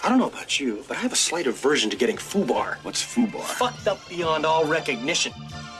I don't know about you, but I have a slight aversion to getting FUBAR. What's FUBAR? Fucked up beyond all recognition.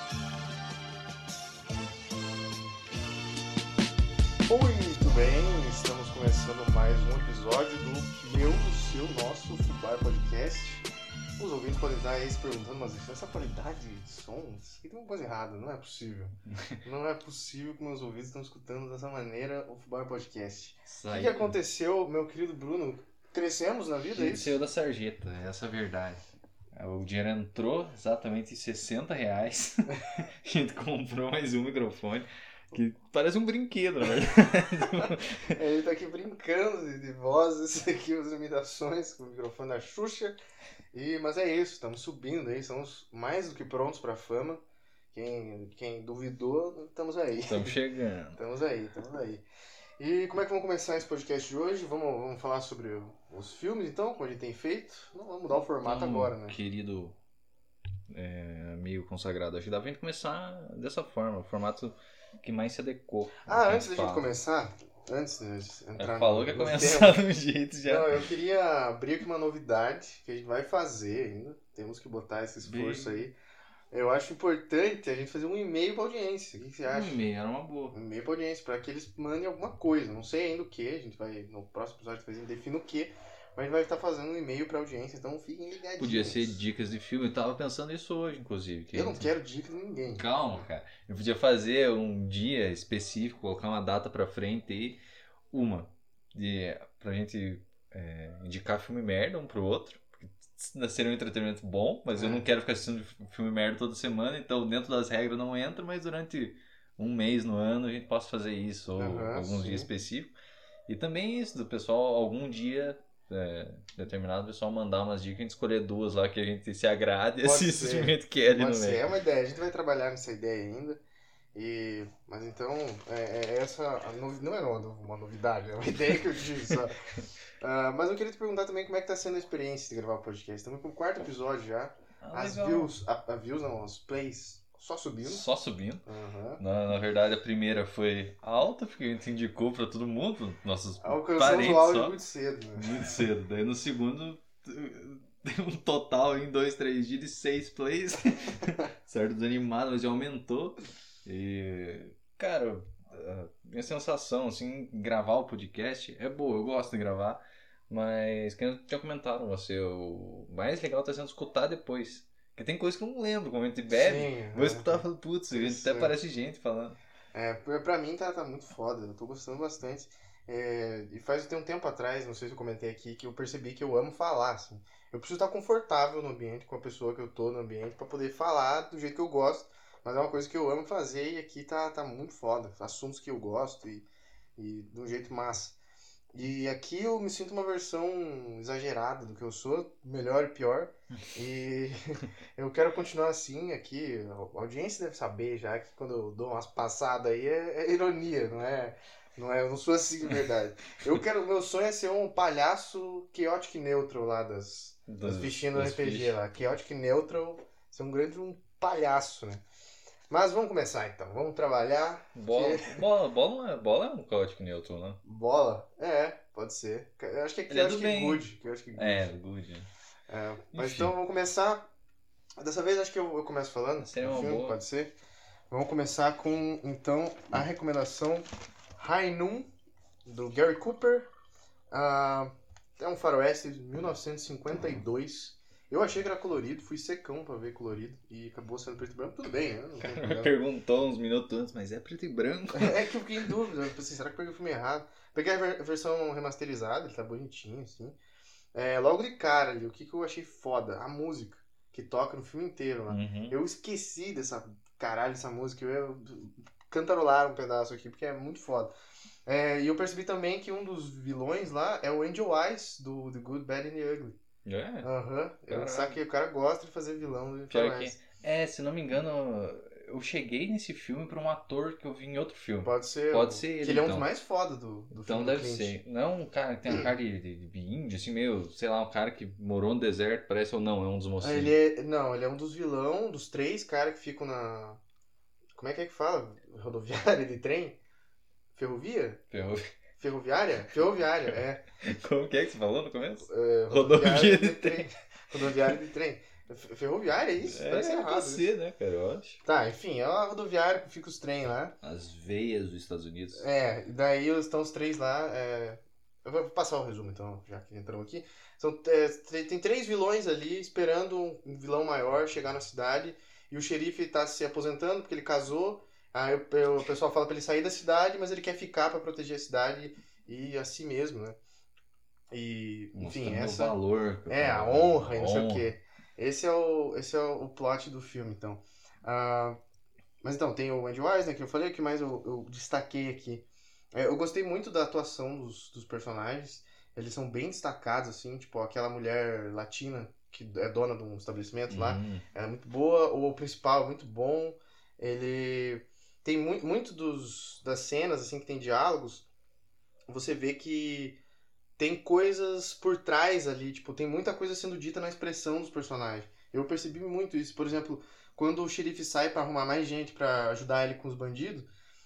Muito bem, estamos começando mais um episódio do nosso FUBAR Podcast. Os ouvintes podem estar aí se perguntando, mas essa qualidade de sons, aqui tem uma coisa errada, não é possível. Não é possível que meus ouvidos estão escutando dessa maneira o FUBAR Podcast. O que aconteceu, meu querido Bruno? Crescemos na vida, é isso? Cresceu da sarjeta, essa é a verdade. O dinheiro entrou exatamente em R$60. A gente comprou mais um microfone, que parece um brinquedo, na verdade. Ele tá aqui brincando de vozes, aqui as imitações com o microfone da Xuxa. Mas é isso, estamos subindo aí, estamos mais do que prontos para a fama. Quem duvidou, estamos aí. Estamos chegando. Estamos aí. E como é que vamos começar esse podcast de hoje? Vamos falar sobre os filmes, então, como a gente tem feito? Não vamos mudar o formato agora, né? Querido amigo consagrado, acho que dá pra gente começar dessa forma, o formato que mais se adequou. Antes da gente começar, antes de entrar falou que ia começar de um jeito já. Não, eu queria abrir aqui uma novidade que a gente vai fazer ainda. Temos que botar esse esforço aí. Eu acho importante a gente fazer um e-mail pra audiência. O que você acha? Um e-mail era uma boa. Um e-mail pra audiência, pra que eles mandem alguma coisa. Não sei ainda o que, a gente vai, no próximo episódio, a gente define o que, mas a gente vai estar fazendo um e-mail pra audiência, então fiquem ligadinhos. Podia ser dicas de filme, eu tava pensando isso hoje, inclusive. Eu não quero dicas de ninguém. Calma, cara. Eu podia fazer um dia específico, colocar uma data pra frente e pra gente indicar filme merda um pro outro. Seria um entretenimento bom, mas eu não quero ficar assistindo filme merda toda semana, então dentro das regras não entra, mas durante um mês no ano a gente possa fazer isso, ou alguns dias específicos. E também isso, do pessoal, algum dia determinado, o pessoal mandar umas dicas, a gente escolher duas lá que a gente se agrade e assista o filme que a gente quer ali no meio. É uma ideia, a gente vai trabalhar nessa ideia ainda. Mas então, essa não é uma novidade, é uma ideia que eu tive só. Mas eu queria te perguntar também como é que tá sendo a experiência de gravar o podcast. Estamos com o 4º episódio já. As views, os plays só subindo. Só subindo. Uhum. Na verdade, a primeira foi alta, porque a gente indicou pra todo mundo, nossos alcançamos parentes o áudio só. muito cedo. Né? Muito cedo. Daí no segundo, tem um total em 2-3 dias de 6 plays. Certo? Desanimado, mas já aumentou. E, cara, minha sensação, assim, gravar o podcast é boa, eu gosto de gravar, mas, que eu tinha comentado com você, o mais legal tá sendo escutar depois. Porque tem coisa que eu não lembro, como a gente bebe, vou escutar e falo, putz, até parece gente falando. Pra mim tá muito foda, eu tô gostando bastante. Tem um tempo atrás, não sei se eu comentei aqui, que eu percebi que eu amo falar, assim. Eu preciso estar confortável no ambiente, com a pessoa que eu tô no ambiente, pra poder falar do jeito que eu gosto. Mas é uma coisa que eu amo fazer e aqui tá muito foda. Assuntos que eu gosto e de um jeito massa. E aqui eu me sinto uma versão exagerada do que eu sou, melhor e pior. E eu quero continuar assim aqui. A audiência deve saber já que quando eu dou umas passadas aí é ironia, não é? Eu não sou assim de verdade. Meu sonho é ser um palhaço chaotic neutral lá das fichinhas do RPG lá. Chaotic neutral, ser um palhaço, né? Mas vamos começar então, vamos trabalhar. Bola é um chaotic neutral, né? Bola? Pode ser. Eu acho que é chaotic good. Good. Mas então vamos começar. Dessa vez acho que eu começo falando. Boa. Pode ser. Vamos começar com então a recomendação High Noon, do Gary Cooper. É um faroeste de 1952. Eu achei que era colorido, fui secão pra ver colorido e acabou sendo preto e branco. Tudo bem, né? Não tem problema. Perguntou uns minutos antes, mas é preto e branco? É que eu fiquei em dúvida. Eu pensei, será que eu peguei o filme errado? Peguei a versão remasterizada, ele tá bonitinho, assim. Logo de cara ali, o que eu achei foda? A música que toca no filme inteiro lá. Uhum. Eu esqueci dessa música. Eu cantarolar um pedaço aqui, porque é muito foda. E eu percebi também que um dos vilões lá é o Angel Eyes, do The Good, Bad and the Ugly. Eu saquei, o cara gosta de fazer vilão do faroeste. Se não me engano, eu cheguei nesse filme por um ator que eu vi em outro filme. Pode ser ele. Que ele é um dos mais foda do filme. Então deve ser. Não é um cara que tem uma cara de índio, assim, meio, sei lá, um cara que morou no deserto, parece, ou não, é um dos mocinhos. Ele é um dos vilão, dos 3 caras que ficam na... Como é que fala? Rodoviária de trem? Ferrovia? Ferroviária? Ferroviária, é. Como que você falou no começo? Rodovia de trem. Rodoviária de trem. Ferroviária, é isso? Parece errado. Você, né, cara, eu acho. Tá, enfim, é uma rodoviária que fica os trem lá. As veias dos Estados Unidos. É, e daí estão os três lá. Eu vou passar o resumo então, já que entramos aqui. Tem 3 vilões ali esperando um vilão maior chegar na cidade. E o xerife tá se aposentando porque ele casou. Aí o pessoal fala pra ele sair da cidade, mas ele quer ficar pra proteger a cidade e a si mesmo, né? E, enfim, mostrando essa. o valor. A honra e não sei o quê. Esse é o plot do filme, então. Mas então, tem o Andy Wise, né, que eu falei, o que mais eu destaquei aqui. Eu gostei muito da atuação dos personagens. Eles são bem destacados, assim, tipo, aquela mulher latina que é dona de um estabelecimento lá, ela é muito boa. O principal é muito bom. Ele tem muito das cenas, assim, que tem diálogos. Você vê que tem coisas por trás ali, tipo, tem muita coisa sendo dita na expressão dos personagens. Eu percebi muito isso. Por exemplo, quando o xerife sai pra arrumar mais gente pra ajudar ele com os bandidos,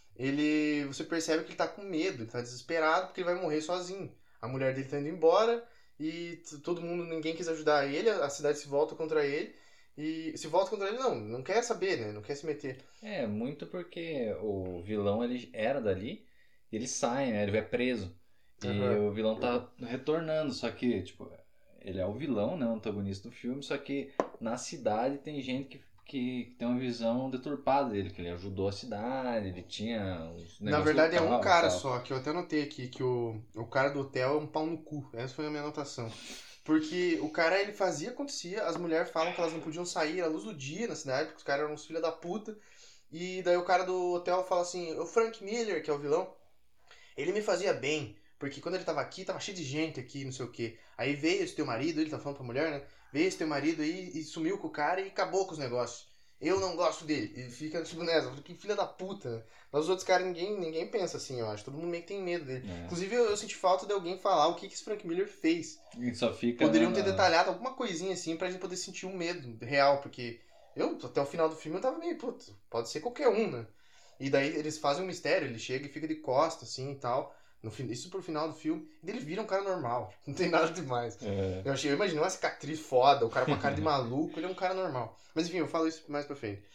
você percebe que ele tá com medo, ele tá desesperado porque ele vai morrer sozinho. A mulher dele tá indo embora e ninguém quis ajudar ele, a cidade se volta contra ele. E se volta contra ele, não quer saber, né? Não quer se meter. É, muito porque o vilão, ele era dali, ele sai, né? Ele vai preso. E o vilão tá retornando, só que, tipo, ele é o vilão, né? O antagonista do filme, só que na cidade tem gente que tem uma visão deturpada dele, que ele ajudou a cidade, ele tinha os negócios. Na verdade é um cara tal. só, que eu até anotei aqui, que o cara do hotel é um pau no cu. Essa foi a minha anotação. Porque o cara, ele fazia, acontecia, as mulheres falam que elas não podiam sair à luz do dia na cidade, porque os caras eram uns filha da puta. E daí o cara do hotel fala assim, o Frank Miller, que é o vilão, ele me fazia bem, porque quando ele tava aqui, tava cheio de gente aqui, não sei o quê. Aí veio esse teu marido, ele tá falando pra mulher, né? Veio esse teu marido aí e sumiu com o cara e acabou com os negócios. Eu não gosto dele. E fica tipo nessa, que filha da puta, né? Mas os outros caras, ninguém pensa assim, eu acho. Todo mundo meio que tem medo dele. É. Inclusive, eu senti falta de alguém falar o que esse Frank Miller fez. E só fica. Poderiam ter detalhado alguma coisinha assim pra gente poder sentir um medo real, porque eu, até o final do filme, eu tava meio, putz, pode ser qualquer um, né? E daí eles fazem um mistério, ele chega e fica de costas, assim, e tal. Isso pro final do filme. E ele vira um cara normal, não tem nada demais. É. Eu imaginei uma cicatriz foda, o cara com a cara de maluco, ele é um cara normal. Mas enfim, eu falo isso mais pra frente.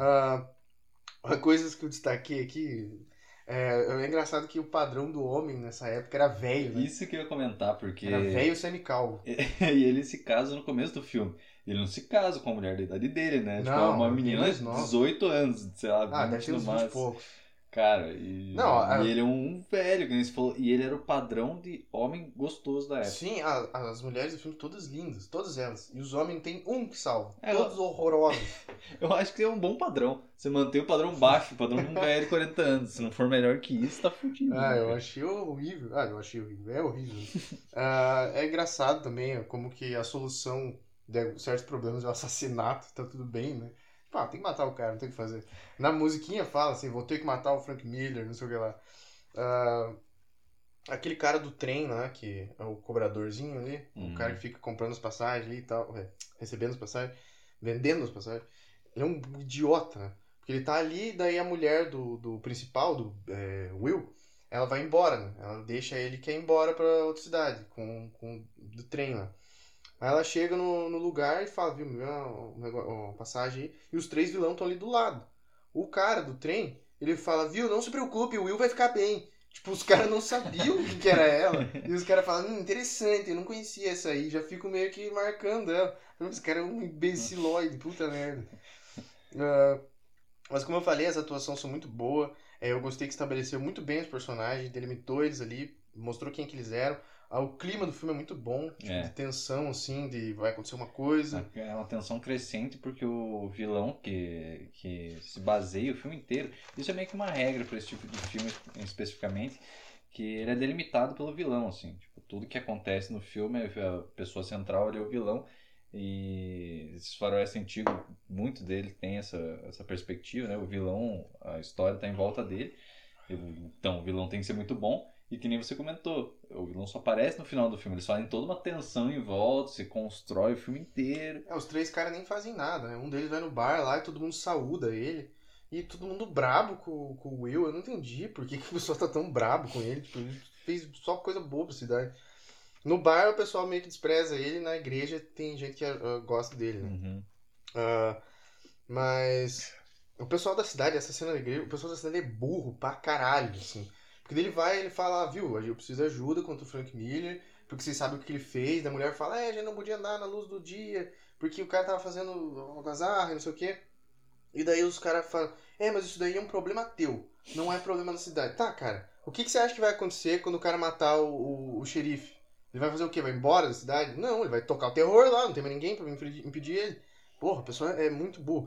Coisas que eu destaquei aqui. É engraçado que o padrão do homem nessa época era velho, né? Isso que eu ia comentar, porque. Era velho semicalvo. E ele se casa no começo do filme. Ele não se casa com a mulher da idade dele, né? Tipo, é Não, uma menina mais de nova. 18 anos, sei lá, 20 Deve ter no uns 20 e máximo. poucos. Cara, e ele é um velho, que nem você falou. E ele era o padrão de homem gostoso da época. Sim, as mulheres do filme todas lindas, todas elas. E os homens tem um que salva. É, todos horrorosos. Eu acho que é um bom padrão. Você mantém o padrão baixo, o padrão de um velho de 40 anos. Se não for melhor que isso, tá fudido. Né, eu achei horrível. Eu achei horrível. É horrível. É engraçado também como que a solução de certos problemas é o assassinato. Tá tudo bem, né? Tem que matar o cara, não tem o que fazer. Na musiquinha fala assim, vou ter que matar o Frank Miller, não sei o que lá. Aquele cara do trem lá, que é o cobradorzinho ali, o cara que fica comprando as passagens ali e tal, recebendo as passagens, vendendo as passagens, ele é um idiota, né? Porque ele tá ali, daí a mulher do principal, do Will, ela vai embora, né? Ela deixa ele que ir embora pra outra cidade, do trem lá. Aí ela chega no lugar e fala, viu, uma passagem aí. E os 3 vilões estão ali do lado. O cara do trem, ele fala, viu, não se preocupe, o Will vai ficar bem. Tipo, os caras não sabiam o que era ela. E os caras falam, interessante, eu não conhecia essa aí. Já fico meio que marcando ela. Esse cara é um imbecilóide, puta merda. Mas como eu falei, as atuações são muito boas. Eu gostei que estabeleceu muito bem os personagens, delimitou eles ali, mostrou quem que eles eram. O clima do filme é muito bom, de tensão, assim, de vai acontecer uma coisa. É uma tensão crescente porque o vilão que se baseia o filme inteiro, isso é meio que uma regra para esse tipo de filme especificamente, que ele é delimitado pelo vilão, assim. Tipo, tudo que acontece no filme, a pessoa central ali é o vilão, e esses faroeste antigos, muito dele tem essa perspectiva, né? O vilão, a história está em volta dele, então o vilão tem que ser muito bom. E que nem você comentou, o vilão só aparece no final do filme, eles fazem toda uma tensão em volta, se constrói o filme inteiro. Os 3 caras nem fazem nada, né? Um deles vai no bar lá e todo mundo saúda ele. E todo mundo brabo com o Will. Eu não entendi por que o pessoal tá tão brabo com ele. Tipo, ele fez só coisa boa pra cidade. No bar o pessoal meio que despreza ele, na igreja tem gente que gosta dele, né? Uhum. Mas o pessoal da cidade, essa cena da igreja, o pessoal da cidade é burro pra caralho, assim. Porque daí ele vai e ele fala, viu, eu preciso de ajuda contra o Frank Miller, porque vocês sabem o que ele fez. Da mulher fala, a gente não podia andar na luz do dia, porque o cara tava fazendo algazarra, não sei o quê. E daí os caras falam, mas isso daí é um problema teu, não é problema da cidade. Tá, cara, o que você acha que vai acontecer quando o cara matar o xerife? Ele vai fazer o quê? Vai embora da cidade? Não, ele vai tocar o terror lá, não tem mais ninguém pra impedir ele. Porra, a pessoa é muito burro.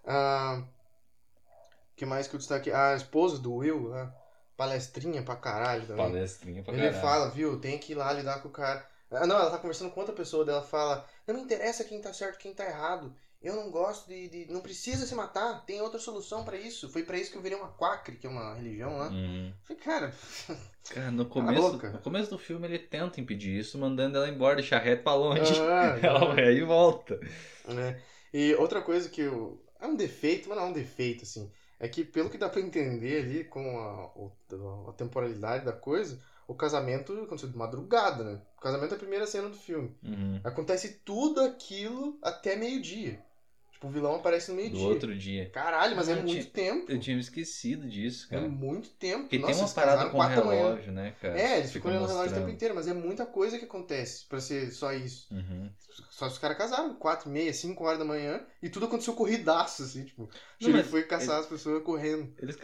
O que mais que eu destaque? A esposa do Will, palestrinha pra caralho também. Palestrinha pra Ele caralho. fala, viu, tem que ir lá lidar com o cara. Não, ela tá conversando com outra pessoa, dela fala, não me interessa quem tá certo, quem tá errado. Eu não gosto de... Não precisa se matar, tem outra solução pra isso. Foi pra isso que eu virei uma quacre, que é uma religião lá. Falei, cara... Cara, no Cala a começo, boca. no começo do filme ele tenta impedir isso, mandando ela embora, deixar reto pra longe. Ah, Ela vai e volta. né? E outra coisa que é um defeito, mas não é um defeito, assim. É que, pelo que dá pra entender ali, com a temporalidade da coisa, o casamento aconteceu de madrugada, né? O casamento é a primeira cena do filme. Uhum. Acontece tudo aquilo até meio-dia. Tipo, o vilão aparece no Do meio-dia. outro dia. Caralho, mas é Eu muito tempo. Eu tinha me esquecido disso, É cara. muito tempo. Porque Nossa, tem uma eles parada casaram com 4 da manhã. relógio, né, cara? Eles Fica ficam olhando o relógio o tempo mostrando. inteiro, mas é muita coisa que acontece pra ser só isso. Uhum. Só os caras casaram 4, meia, 5 horas da manhã e tudo aconteceu corridaço, assim, tipo. O Não, mas xerife foi caçar as pessoas correndo. Eles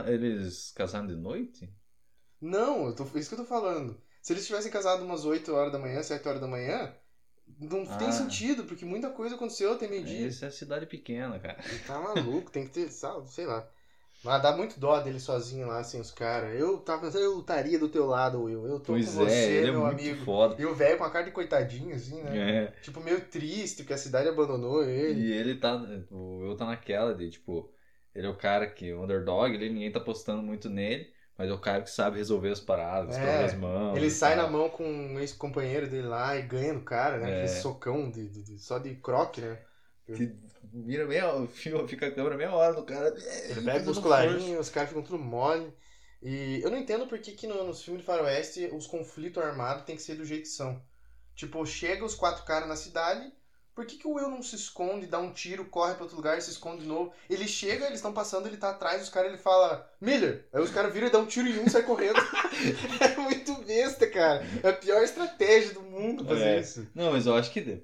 casaram de noite? Não, isso que eu tô falando. Se eles tivessem casado umas 8 horas da manhã, 7 horas da manhã, não tem sentido, porque muita coisa aconteceu até meio-dia. Isso é cidade pequena, cara. Tá maluco, tem que ter, sabe, sei lá. Mas dá muito dó dele sozinho lá, assim, os caras. Eu tava pensando, eu lutaria do teu lado, Will. Eu tô Pois com você, ele é meu muito amigo. foda. E o velho com a cara de coitadinho, assim, né? É. Tipo, meio triste, porque a cidade abandonou ele. E ele tá. O Will tá naquela de, tipo, ele é o cara que, o underdog, ninguém tá apostando muito nele, mas é o cara que sabe resolver as paradas, as próprias mãos. Ele e sai tal. na mão com um ex-companheiro dele lá e ganha no cara, né? É. Aquele socão só de croque, né? Que vira fica a câmera meia hora do cara. Ele pega os colarinhos, os caras ficam tudo mole. E eu não entendo por que nos filmes de faroeste os conflitos armados tem que ser do jeito que são. Tipo, chega os 4 caras na cidade, por que o Will não se esconde, dá um tiro, corre pra outro lugar e se esconde de novo? Ele chega, eles estão passando, ele tá atrás, os caras, ele fala, Miller! Aí os caras viram e dão um tiro em um e sai correndo. É muito besta, cara. É a pior estratégia do mundo fazer isso. Não, mas eu acho que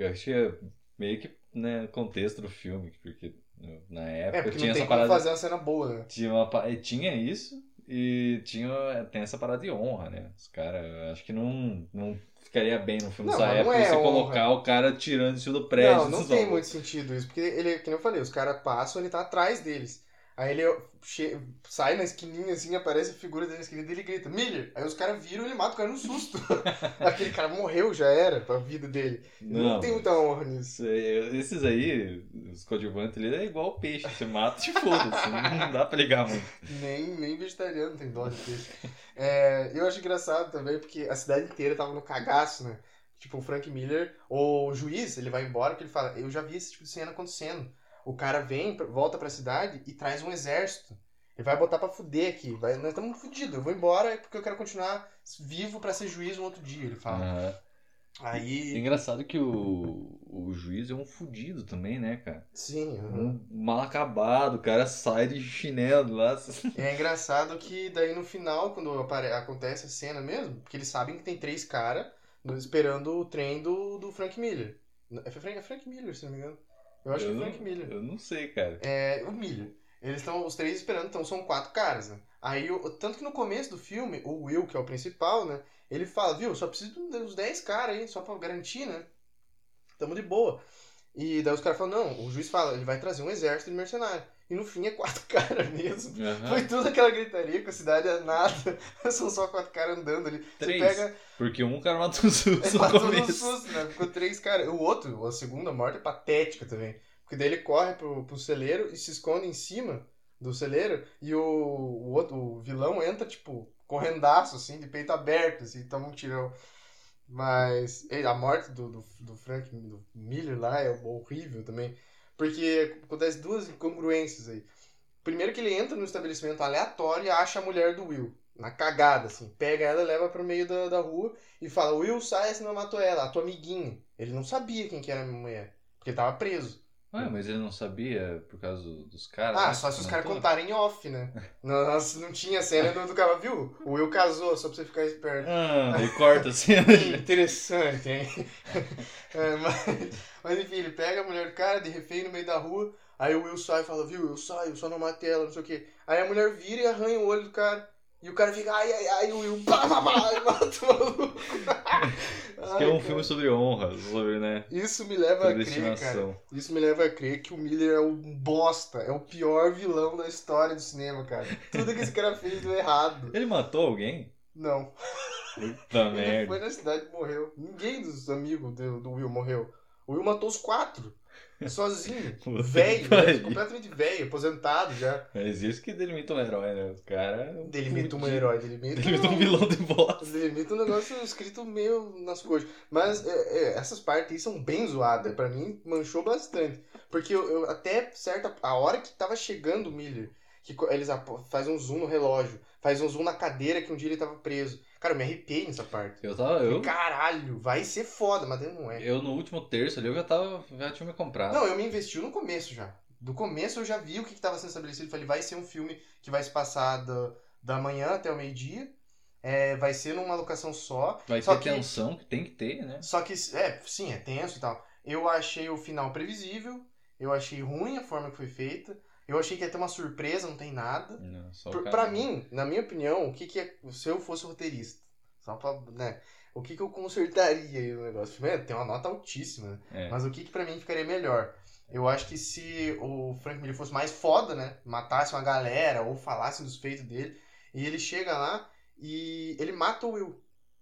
meio que, né, contexto do filme, porque na época Porque tinha não tem essa como parada. fazer uma cena boa, né? Tinha isso e tem essa parada de honra, né? Os caras, acho que não ficaria bem no filme Não, dessa mas não época é você honra. colocar o cara tirando em cima do prédio. Não tem muito sentido isso, porque ele, que nem eu falei, os caras passam, ele tá atrás deles. Aí ele sai na esquininha assim, aparece a figura dele na esquininha dele e grita, Miller! Aí os caras viram e ele mata o cara no susto. Aquele cara morreu, já era, pra vida dele. Não tem muita honra nisso. Esses aí, os coadjuvantes ali, é igual o peixe, você mata e foda-se, não dá pra ligar muito. Nem vegetariano tem dó de peixe. Eu acho engraçado também, porque a cidade inteira tava no cagaço, né? Tipo, o Frank Miller, o juiz, ele vai embora porque ele fala, eu já vi esse tipo de cena acontecendo. O cara volta pra cidade e traz um exército. Ele vai botar pra fuder aqui. Nós estamos fodidos. Eu vou embora porque eu quero continuar vivo pra ser juiz um outro dia, ele fala. Aí... É engraçado que o juiz é um fudido também, né, cara? Sim. Um mal acabado, o cara sai de chinelo lá. É engraçado que daí no final, quando acontece a cena mesmo, porque eles sabem que tem 3 caras esperando o trem do Frank Miller. É Frank Miller, se não me engano. Eu acho que é Frank Miller. Eu não sei, cara. É o Miller. Eles estão os 3 esperando, então são 4 caras, né? Aí, tanto que no começo do filme, o Will, que é o principal, né? Ele fala, viu, só preciso dos 10 caras aí, só pra garantir, né? Tamo de boa. E daí os caras falam, não, o juiz fala, ele vai trazer um exército de mercenários. E no fim é 4 caras mesmo. Foi tudo aquela gritaria com a cidade é nada. São só 4 caras andando ali. 3, você pega... porque um cara matou um susto no matou começo. um susto, né? Ficou 3 caras. O outro, a segunda morte é patética também. Porque daí ele corre pro celeiro e se esconde em cima do celeiro. E o vilão entra, tipo, correndaço, assim, de peito aberto, assim, toma um tirão. Mas a morte do Frank do Miller lá é horrível também. Porque acontece 2 incongruências aí. Primeiro que ele entra no estabelecimento aleatório e acha a mulher do Will. na cagada, assim. Pega ela, leva pro meio da rua e fala, Will, sai, senão eu mato ela, a tua amiguinha. Ele não sabia quem que era a minha mulher, porque ele tava preso. Ué, mas ele não sabia por causa dos caras? Ah, né, só que se os você caras comentou? contarem em off, né? Nossa, não tinha cena do cara, viu? O Will casou, só pra você ficar esperto. Ah, e corta assim. Interessante, hein? É, mas enfim, ele pega a mulher do cara, de refém no meio da rua, aí o Will sai e fala, viu, eu saio, só não matei ela, não sei o quê. Aí a mulher vira e arranha o olho do cara. E o cara fica, ai, ai, ai, o Will, pá, pá, pá, e mata o maluco. Isso aqui é um filme sobre honra, sobre, né? Isso me leva a crer, Predestinação. cara. Isso me leva a crer que o Miller é um bosta, é o pior vilão da história do cinema, cara. Tudo que esse cara fez deu errado. Ele matou alguém? Não. Puta Ele merda. foi na cidade e morreu. Ninguém dos amigos do Will morreu. O Will matou os 4. Sozinho. Puta Velho, que pariu. completamente velho, aposentado já. Mas isso que delimita um herói, né? O cara. Delimita um herói, delimita Delimita um vilão de bosta. Delimita um negócio escrito meio nas coxas. Mas essas partes aí são bem zoadas. Pra mim, manchou bastante. Porque eu até certa. A hora que tava chegando o Miller, que eles fazem um zoom no relógio, faz um zoom na cadeira que um dia ele tava preso. Cara, eu me arrepiei nessa parte. Eu tava. Caralho, vai ser foda, mas não é. Eu no último terço ali eu já tinha me comprado. Não, eu me investi no começo já. Do começo eu já vi o que estava sendo estabelecido. Falei, vai ser um filme que vai se passar da manhã até o meio-dia. Vai ser numa locação só. Vai só ter tensão, que tem que ter, né? Só que, sim, é tenso e tal. Eu achei o final previsível. Eu achei ruim a forma que foi feita. Eu achei que ia ter uma surpresa, não tem nada. Não, só o cara. Pra mim, na minha opinião, o que é. Se eu fosse roteirista, só pra. Né, o que eu consertaria aí no negócio? Tem uma nota altíssima, né? É. Mas o que pra mim ficaria melhor? Eu acho que se o Frank Miller fosse mais foda, né? Matasse uma galera ou falasse dos feitos dele. E ele chega lá e ele mata o Will.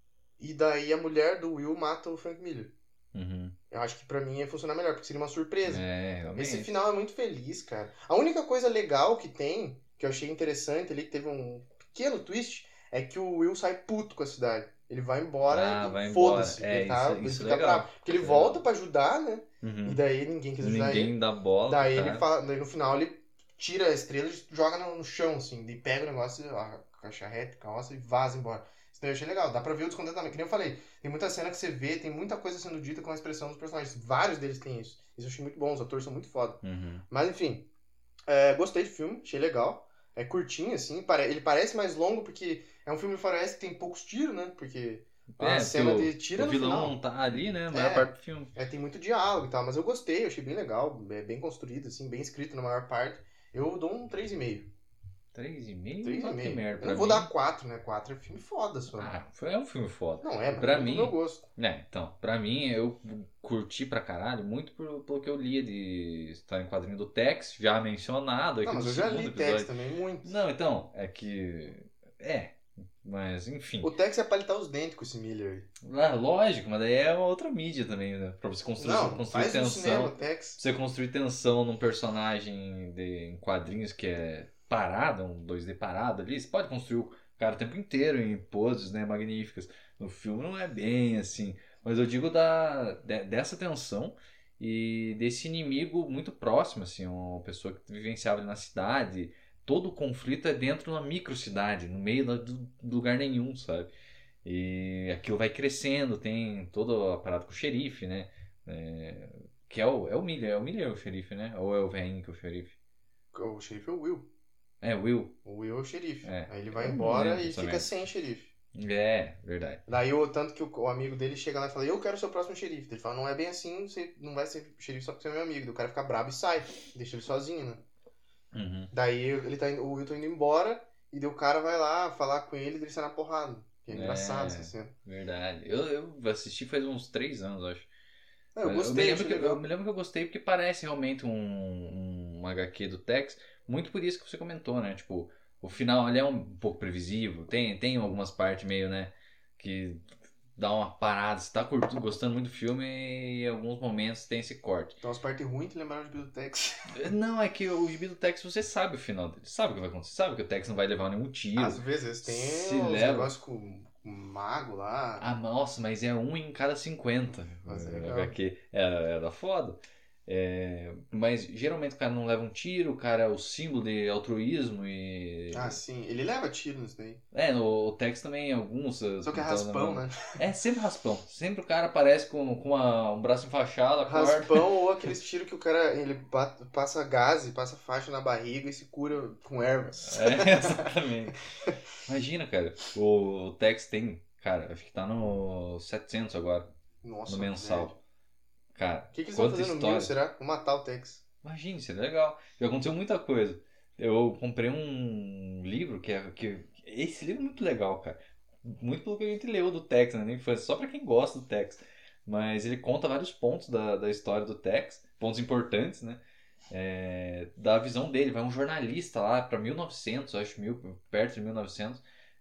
E daí a mulher do Will mata o Frank Miller. Uhum. Eu acho que pra mim ia funcionar melhor, porque seria uma surpresa. Realmente. Esse final é muito feliz, cara. A única coisa legal que tem, que eu achei interessante ali, que teve um pequeno twist, é que o Will sai puto com a cidade. Ele vai embora vai e embora. foda-se. Ele Isso fica legal. bravo. Porque ele Isso volta legal. pra ajudar, né? Uhum. E daí ninguém quis ajudar ele. Ninguém dá bola. Daí pro ele cara. fala, daí no final ele tira a estrela e joga no chão, assim. Daí pega o negócio, a charrete, calça e vaza embora. Isso daí eu achei legal. Dá pra ver o descontentamento. Que nem eu falei, tem muita cena que você vê, tem muita coisa sendo dita com a expressão dos personagens. Vários deles têm isso. Isso eu achei muito bom, os atores são muito foda. Uhum. Mas enfim, gostei do filme, achei legal. É curtinho, assim. Ele parece mais longo porque é um filme de faroeste que tem poucos tiros, né? Porque a cena de tiro o no vilão final. não tá ali, né? A maior parte do filme. Tem muito diálogo e tal, mas eu gostei, eu achei bem legal, bem construído, assim, bem escrito na maior parte. Eu dou um 3,5. 3,5? 3,5. Merda, Eu não vou dar 4, né? 4 é filme foda só. É um filme foda. Não é, mas Pra é do mim- meu gosto. Então, pra mim, eu curti pra caralho, muito pelo que eu lia de história em quadrinho do Tex, já mencionado aqui Não, mas no eu já segundo li episódio. Tex também, muito. Não, então, é que... mas enfim. O Tex é palitar os dentes com esse Miller aí. Lógico, mas daí é uma outra mídia também, né? Pra você construir Não, faz no cinema, tensão. Tex. Você construir tensão num personagem em quadrinhos que é parado, um 2D parado ali, você pode construir o cara o tempo inteiro em poses, né, magníficas. No filme não é bem assim. Mas eu digo dessa tensão e desse inimigo muito próximo, assim, uma pessoa que vivenciava ali na cidade. Todo o conflito é dentro de uma microcidade, no meio do lugar nenhum, sabe? E aquilo vai crescendo, tem toda a parada com o xerife, né? Que é o Miller o xerife, né? Ou é o velhinho que é o xerife? O xerife é o Will. É, o Will. O Will é o xerife. Aí ele Eu vai não embora lembro e também. fica sem xerife. Verdade. Daí, tanto que o amigo dele chega lá e fala, eu quero ser o próximo xerife. Ele fala, não é bem assim, você não vai ser xerife só porque você é meu amigo. Daí o cara fica brabo e sai, deixa ele sozinho, né? Uhum. Daí o Will tá indo embora e daí o cara vai lá falar com ele e ele sai na porrada. Que é engraçado essa cena. Verdade. Eu assisti faz uns 3 anos, acho. Eu gostei, eu legal. me lembro que eu gostei porque parece realmente um HQ do Tex, muito por isso que você comentou, né? Tipo, o final ali é um pouco previsível, tem algumas partes meio, né, que dá uma parada, você tá gostando muito do filme e em alguns momentos tem esse corte. Então as partes ruins que lembraram de Bill Tex. Não, é que o gibi do Tex você sabe o final dele, sabe o que vai acontecer, sabe que o Tex não vai levar nenhum tiro. Às vezes tem Se uns leva. negócios com mago lá. Nossa, mas é 1 em cada 50. Mas é legal. HQ. Era foda. Mas geralmente o cara não leva um tiro, o cara é o símbolo de altruísmo e... Ah, sim. Ele leva tiro nisso daí. O Tex também, alguns... Só que é raspão, né? Sempre raspão. Sempre o cara aparece com um braço enfaixado, acorda. Raspão ou aqueles tiros que o cara ele passa gás, passa faixa na barriga e se cura com ervas. Exatamente. Imagina, cara. O Tex tem, cara, acho que tá no 700 agora. Nossa, no mensal. velho. Cara, O que eles vão quanta fazer no história. 1000, será? Vou matar o Tex. Imagina, seria legal. Já aconteceu muita coisa. Eu comprei um livro que esse livro é muito legal, cara. Muito pelo que a gente leu do Tex, né? Na infância, só pra quem gosta do Tex. Mas ele conta vários pontos da história do Tex, pontos importantes, né? Da visão dele. Vai um jornalista lá pra 1900, acho, perto de 1900,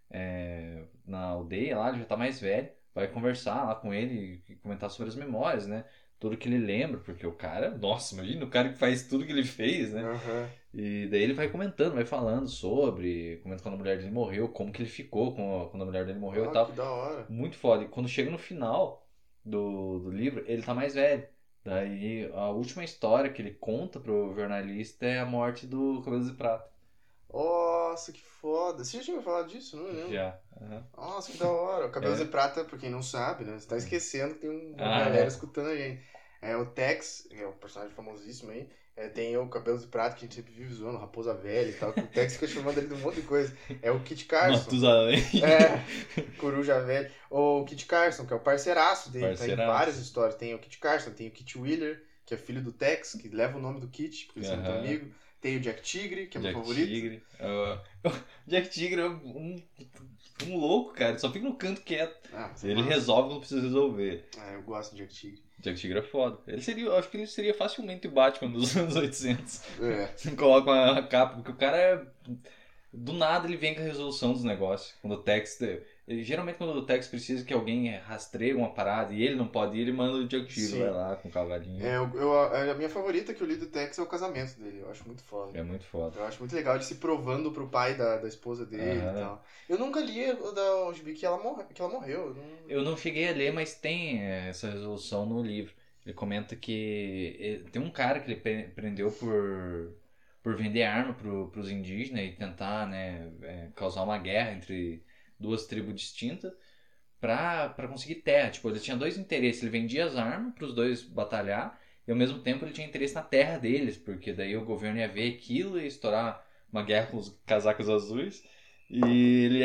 na aldeia lá, ele já tá mais velho. Vai conversar lá com ele e comentar sobre as memórias, né? Tudo que ele lembra, porque o cara, nossa, imagina o cara que faz tudo que ele fez, né? Uhum. E daí ele vai comentando, vai falando comenta quando a mulher dele morreu, como que ele ficou quando a mulher dele morreu e tal. Que da hora. Muito foda. E quando chega no final do livro, ele tá mais velho. Daí a última história que ele conta pro jornalista é a morte do Cabelos de Prata. Nossa, que foda. Você já tinha falado disso? Não lembro. Já. Uhum. Nossa, que da hora. O Cabelos de Prata, pra quem não sabe, né? Você tá esquecendo que tem uma galera escutando a gente. O Tex, que é um personagem famosíssimo aí, tem o Cabelos de Prata, que a gente sempre vive zoando, Raposa Velha e tal. Que o Tex fica chamando ele de um monte de coisa. É o Kit Carson. Matusalém. Coruja Velha. O Kit Carson, que é o parceiraço dele. Tem várias histórias. Tem o Kit Carson, tem o Kit Wheeler, que é filho do Tex, que leva o nome do Kit, porque eles são muito amigos. Tem o Jack Tigre, que é meu favorito. Tigre. Jack Tigre é um louco, cara. Ele só fica no canto quieto. Ele resolve quando precisa resolver. Eu gosto do Jack Tigre. Jack Tigre é foda. Eu acho que ele seria facilmente o Batman dos anos 800. Coloca uma capa, porque o cara do nada ele vem com a resolução dos negócios. Quando o Tex... Geralmente quando o Tex precisa que alguém rastreie uma parada e ele não pode ir, ele manda o Jack Tigre, vai lá com o cavalinho. A minha favorita que eu li do Tex é o casamento dele. Eu acho muito foda. É muito foda. Eu acho muito legal ele se provando pro pai da esposa dele e tal. Eu nunca li o da Gibi que ela morreu. Eu não cheguei a ler, mas tem essa resolução no livro. Ele comenta que tem um cara que ele prendeu por vender arma pros indígenas e tentar, né, causar uma guerra entre duas tribos distintas pra conseguir terra. Tipo, ele tinha dois interesses. Ele vendia as armas pros dois batalhar e ao mesmo tempo ele tinha interesse na terra deles, porque daí o governo ia ver aquilo e estourar uma guerra com os casacos azuis e ele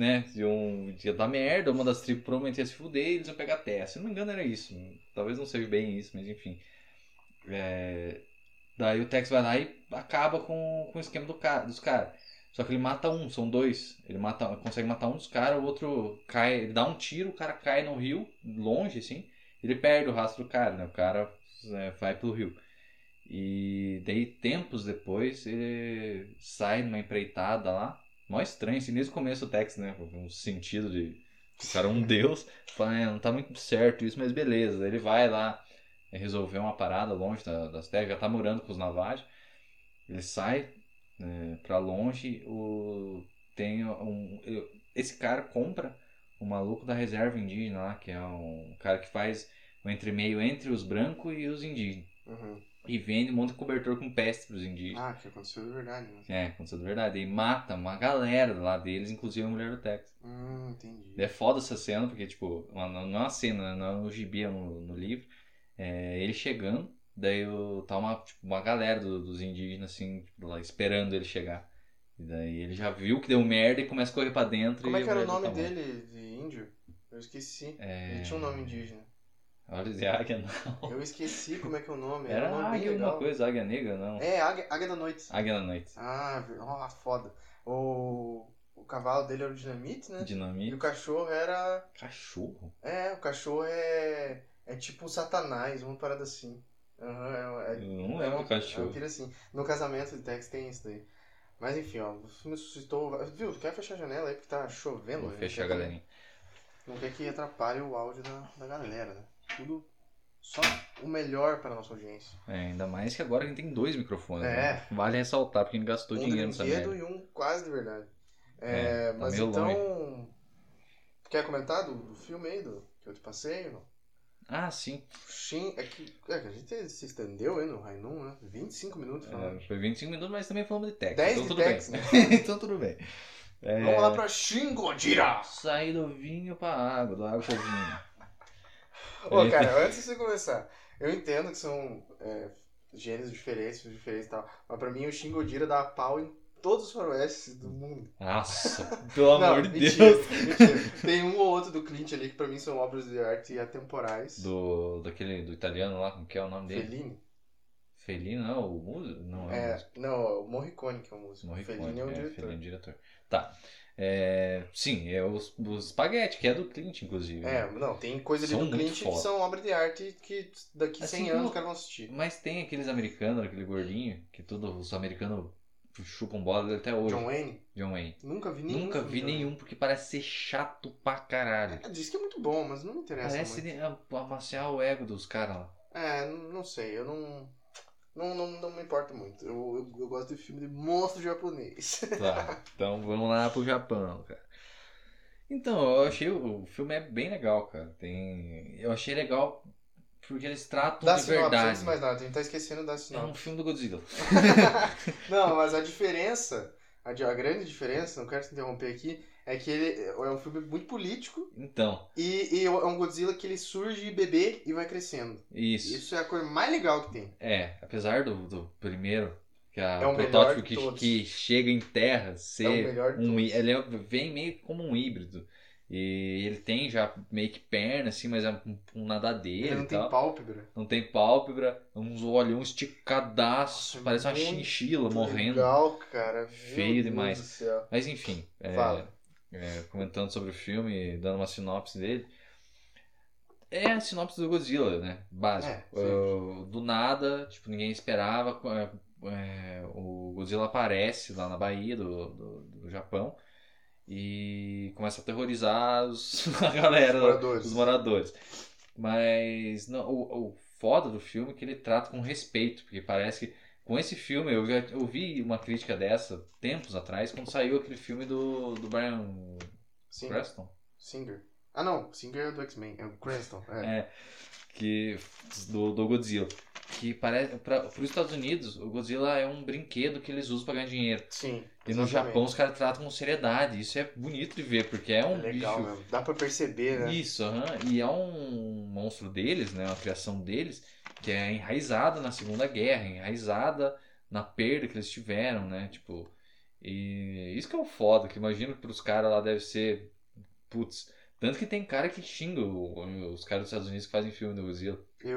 ia dar merda, uma das tribos provavelmente ia se fuder e eles iam pegar terra. Se não me engano era isso. Talvez não seja bem isso, mas enfim. Daí o Tex vai lá e acaba com o esquema dos caras. Só que ele mata um, são dois. Ele consegue matar um dos caras, o outro cai, ele dá um tiro, o cara cai no rio, longe assim, ele perde o rastro do cara, né? O cara vai pelo rio. E daí, tempos depois, ele sai numa empreitada lá. Mó estranho, assim, desde o começo do Tex, né? Com o sentido de o cara é um deus. Fala, não tá muito certo isso, mas beleza. Ele vai lá resolver uma parada longe das terras, já tá morando com os Navajo. Ele sai pra longe, esse cara compra o maluco da reserva indígena lá, que é um cara que faz o entremeio entre os brancos e os indígenas. E vende um monte de cobertor com peste pros indígenas. Que aconteceu de verdade, né? Aconteceu de verdade. E mata uma galera lá deles, inclusive a mulher do Tex. Entendi. É foda essa cena, porque, tipo, não é uma cena, não é no gibi, é no livro. Ele chegando, daí tá uma galera dos indígenas, assim, lá, esperando ele chegar. E daí ele já viu que deu merda e começa a correr pra dentro. Como é que era o nome dele de índio? Eu esqueci. Ele tinha um nome indígena. Olhos de águia, não. Eu esqueci como é que é o nome. Era um nome águia alguma coisa, águia negra, não. Águia da Noite. Águia da Noite. Foda. O cavalo dele era o Dinamite, né? Dinamite. E o cachorro era... Cachorro? O cachorro é tipo Satanás, uma parada assim. Eu não lembro do cachorro. É uma pira assim. No casamento de Tex tem isso daí. Mas enfim, o filme suscitou... Viu, tu quer fechar a janela aí porque tá chovendo? Vou fechar, galerinha. Não quer que atrapalhe o áudio da galera, né? Tudo só o melhor para a nossa audiência. Ainda mais que agora a gente tem 2 microfones. Né? Vale ressaltar, porque a gente gastou dinheiro nessa merda. Um de brinquedo e um quase de verdade. Tá mas meio então... longe. Quer comentar do filme aí, que eu te passei ou não? Ah, sim. É que a gente se estendeu aí no Rainum, né? 25 minutos falando. Foi 25 minutos, mas também falamos de Tex. 10 Então de tudo Tex, bem. né? Então tudo bem. Vamos lá pra Shin Godzilla! Sair do vinho pra água, do água pro vinho. Ô, cara, antes de você começar, eu entendo que são gêneros diferentes, filmes diferentes e tal, mas pra mim o Shin Godzilla dá pau em todos os faroestes do mundo. Nossa, pelo Não, amor de mentira, Deus. mentira. Tem um ou outro do Clint ali que pra mim são obras de arte atemporais. Do italiano lá, como que é o nome dele? Fellini? Fellini, não, o músico? Não, é o músico. Não, o Morricone que é o músico. Morricone, Fellini é o diretor. Fellini é o diretor. Tá. Sim, é os Spaghetti, que é do Clint, inclusive. Não, tem coisa ali São do muito Clint que foda. são obras de arte que daqui Assim 100 como- anos os caras vão assistir. Mas tem aqueles americanos, aquele gordinho, que todos os americanos chupam bola dele até hoje. John Wayne? John Wayne. Nunca vi nenhum. Nunca filme vi de John Wayne. nenhum, porque parece ser chato pra caralho. Diz que é muito bom, mas não me interessa Parece muito. amaciar o ego dos caras lá. Não sei, eu não me importo muito. Eu gosto de filme de monstro japonês. Tá, então vamos lá pro Japão, cara. Então, eu achei o filme é bem legal, cara. Eu achei legal porque eles tratam Dá de sinopse, verdade. antes de mais nada, a gente tá esquecendo da É um sinopse. filme do Godzilla. Não, mas a diferença, a grande diferença, não quero te interromper aqui, é que ele é um filme muito político Então, e é um Godzilla que ele surge bebê e vai crescendo. isso. Isso é a coisa mais legal que tem. Apesar do primeiro, que É o o melhor protótipo de todos. que chega em terra É o ser melhor de todos. ele vem meio como um híbrido. E ele tem já meio que perna, assim, mas é um nadadeiro Ele não e tem tal. pálpebra. Não tem pálpebra, uns olhões esticadaços, Nossa, parece uma muito chinchila morrendo. Legal, cara. Feio Meu demais. Deus do céu. Mas enfim, Fala. comentando sobre o filme, dando uma sinopse dele. É a sinopse do Godzilla, né? Básico. Do nada, tipo, ninguém esperava. O Godzilla aparece lá na Bahia do Japão e começa a aterrorizar a galera, os moradores. Mas não, o foda do filme é que ele trata com respeito, porque parece que com esse filme, eu já ouvi uma crítica dessa tempos atrás, quando saiu aquele filme do Bryan Cranston. Singer. Ah, não. Singer é do X-Men. É o Cranston. Do Godzilla. Que parece, para os Estados Unidos, o Godzilla é um brinquedo que eles usam pra ganhar dinheiro. Sim. E no Japão os caras tratam com seriedade. Isso é bonito de ver, porque é um legal bicho. mesmo. Dá pra perceber, né? Isso, e é um monstro deles, né? Uma criação deles, que é enraizada na Segunda Guerra, enraizada na perda que eles tiveram, né? Tipo, e isso que é o foda, que imagino que pros caras lá deve ser. Putz. Tanto que tem cara que xinga os caras dos Estados Unidos que fazem filme do Godzilla.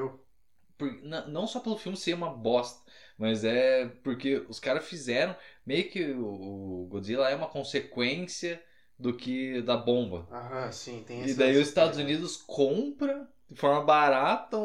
Não só pelo filme ser uma bosta, mas é porque os caras fizeram meio que o Godzilla é uma consequência da bomba. Aham, sim, tem E daí os Estados Unidos compra de forma barata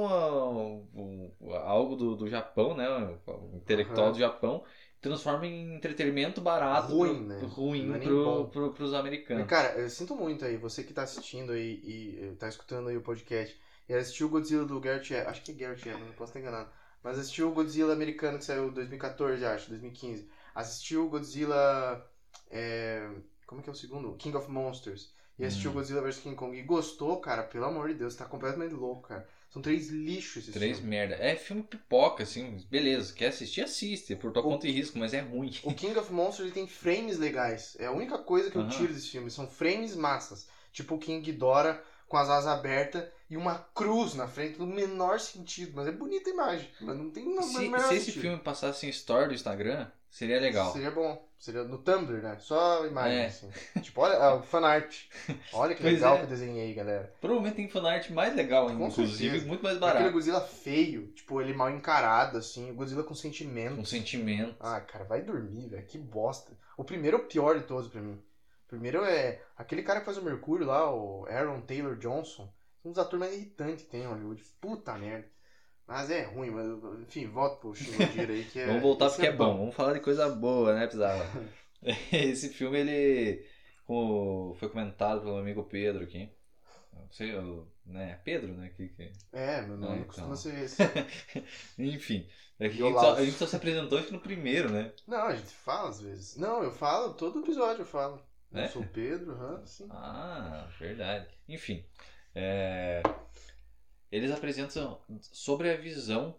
algo do Japão, né? O intelectual do Japão, transforma em entretenimento barato ruim ruim pros americanos. Mas, cara, eu sinto muito aí, você que tá assistindo aí e tá escutando aí o podcast e assistiu o Godzilla do Garrett Evans, acho que é Garrett Evans, não posso estar enganado, mas assistiu o Godzilla americano que saiu em 2014, acho, 2015. Assistiu o Godzilla, como que é o segundo? King of Monsters. E assistiu o Godzilla vs King Kong e gostou, cara, pelo amor de Deus, tá completamente louco, cara. São 3 lixos esses 3 filmes. merda. É filme pipoca, assim, beleza. Quer assistir, assiste. É por tua conta e risco, mas é ruim. O King of Monsters ele tem frames legais. É a única coisa que eu tiro desse filme. São frames massas. Tipo o King Ghidorah com as asas abertas e uma cruz na frente, no menor sentido. Mas é bonita a imagem. Mas não tem no menor Se esse sentido. filme passasse em story do Instagram, seria legal. Seria bom. Seria no Tumblr, né? Só imagem, assim. Tipo, olha, o fanart. Olha que legal que eu desenhei, galera. Provavelmente tem fanart mais legal ainda, inclusive, muito mais barato. Aquele Godzilla feio, tipo, ele mal encarado, assim. O Godzilla com sentimento. Com sentimento. Ah, cara, vai dormir, velho. Que bosta. O primeiro é o pior de todos pra mim. O primeiro é aquele cara que faz o Mercúrio lá, o Aaron Taylor Johnson. Um dos atores mais irritantes que tem em Hollywood. Puta merda. Mas é ruim, mas enfim, volta pro Shin Godzilla aí que é. Vamos voltar porque é bom. Vamos falar de coisa boa, né, Pizarro? Esse filme, ele foi comentado pelo amigo Pedro aqui. Não sei, né? Pedro, né? Meu nome costuma ser esse. Enfim, a gente só se apresentou aqui no primeiro, né? Não, a gente fala às vezes. Não, eu falo, todo episódio eu falo. Eu sou o Pedro, sim. Ah, verdade. Enfim. eles apresentam sobre a visão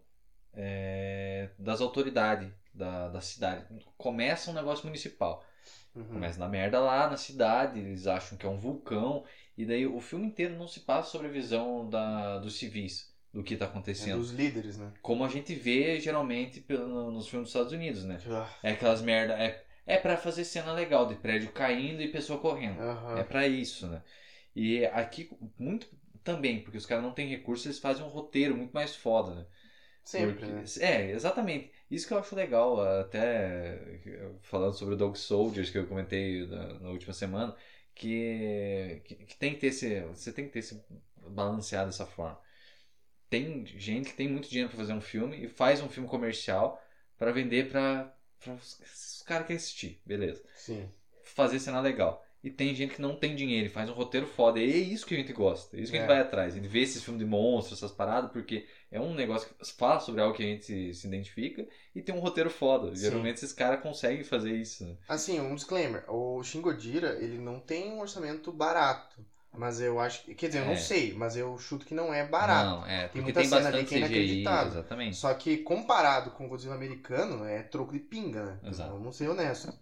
das autoridades da cidade. Começa um negócio municipal. Começa na merda lá na cidade, eles acham que é um vulcão, e daí o filme inteiro não se passa sobre a visão dos civis, do que tá acontecendo. Dos líderes, né? Como a gente vê geralmente nos filmes dos Estados Unidos, né? Ah. É aquelas merda. É pra fazer cena legal de prédio caindo e pessoa correndo. É pra isso, né? E aqui, muito também, porque os caras não têm recursos, eles fazem um roteiro muito mais foda, né? Sempre, né? Exatamente. Isso que eu acho legal, até falando sobre o Dog Soldiers, que eu comentei na última semana, que tem que ter você tem que ter esse balanceado dessa forma. Tem gente que tem muito dinheiro pra fazer um filme e faz um filme comercial pra vender pra os caras que assistir, beleza. Sim. Fazer cena legal. E tem gente que não tem dinheiro e faz um roteiro foda. E é isso que a gente gosta. É isso que a gente vai atrás. A gente vê esses filmes de monstros, essas paradas, porque é um negócio que fala sobre algo que a gente se identifica e tem um roteiro foda. Sim. Geralmente esses caras conseguem fazer isso, né? Assim, um disclaimer. O Shin Godzilla, ele não tem um orçamento barato. Mas eu acho que... Quer dizer, eu não sei, mas eu chuto que não é barato. Não, tem porque muita tem cena ali bastante que é CGI, inacreditável. exatamente. Só que comparado com o Godzilla americano, é troco de pinga, né? Exato. Vamos ser honestos.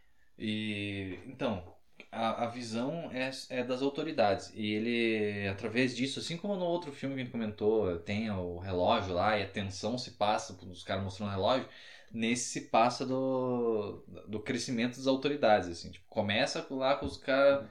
E então, a visão é das autoridades. E ele, através disso, assim como no outro filme que a gente comentou, tem o relógio lá e a tensão se passa, os caras mostrando o relógio, nesse se passa do crescimento das autoridades. Assim. Tipo, começa lá com os caras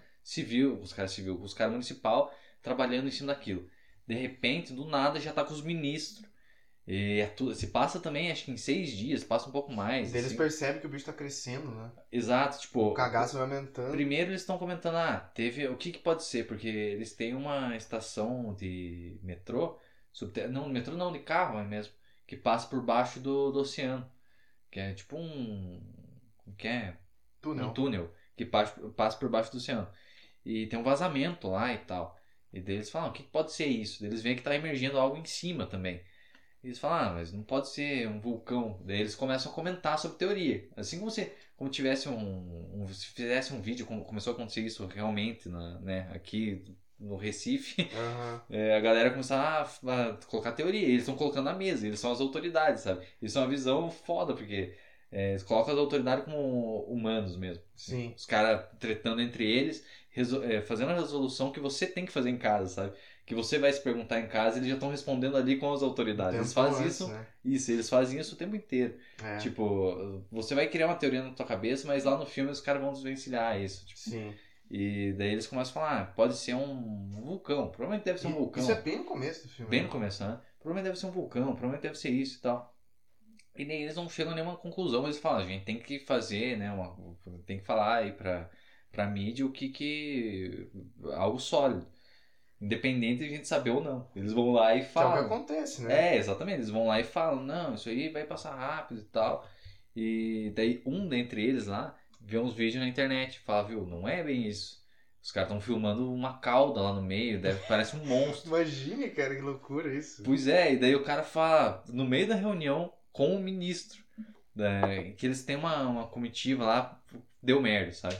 os caras municipal trabalhando em cima daquilo. De repente, do nada, já tá com os ministros. E se passa também, acho que em 6 dias, passa um pouco mais. Eles assim. percebem que o bicho tá crescendo, né? Exato, tipo... O cagaço vai aumentando. Primeiro eles estão comentando, teve... O que pode ser? Porque eles têm uma estação de metrô, não, metrô não, de carro mesmo, que passa por baixo do oceano. Que é tipo como que é? Túnel. Um túnel que passa por baixo do oceano. E tem um vazamento lá e tal. E daí eles falam, o que pode ser isso? Daí eles veem que tá emergindo algo em cima também. E eles falam, mas não pode ser um vulcão. Daí eles começam a comentar sobre teoria. Assim como tivesse se fizesse um vídeo, como começou a acontecer isso realmente, né, aqui no Recife, a galera começou a colocar teoria. Eles estão colocando na mesa, eles são as autoridades, sabe? Isso é uma visão foda, porque eles colocam as autoridades como humanos mesmo. Sim. Os caras tretando entre eles, fazendo a resolução que você tem que fazer em casa, sabe? Que você vai se perguntar em casa, eles já estão respondendo ali com as autoridades. Eles fazem isso, né? eles fazem isso o tempo inteiro. Tipo, você vai criar uma teoria na tua cabeça, mas lá no filme os caras vão desvencilhar isso. Tipo. Sim. E daí eles começam a falar, pode ser um vulcão, provavelmente deve ser um vulcão. Isso é bem no começo do filme. Bem no começo, né? Provavelmente deve ser um vulcão, provavelmente deve ser isso e tal. E daí eles não chegam a nenhuma conclusão, eles falam, a gente tem que fazer, né, tem que falar aí pra mídia o que algo sólido. Independente de a gente saber ou não. Eles vão lá e falam. Que é o que acontece, né? Exatamente. Eles vão lá e falam, não, isso aí vai passar rápido e tal. E daí um dentre eles lá vê uns vídeos na internet e fala, viu, não é bem isso. Os caras estão filmando uma cauda lá no meio, parece um monstro. Imagine, cara, que loucura isso. Pois é, e daí o cara fala, no meio da reunião com o ministro, que eles têm uma comitiva lá, deu merda, sabe?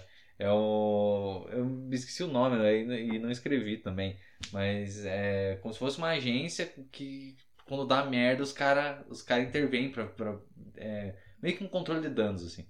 Eu me esqueci o nome, né, e não escrevi também. Mas é como se fosse uma agência que quando dá merda os cara intervêm pra meio que um controle de danos, assim.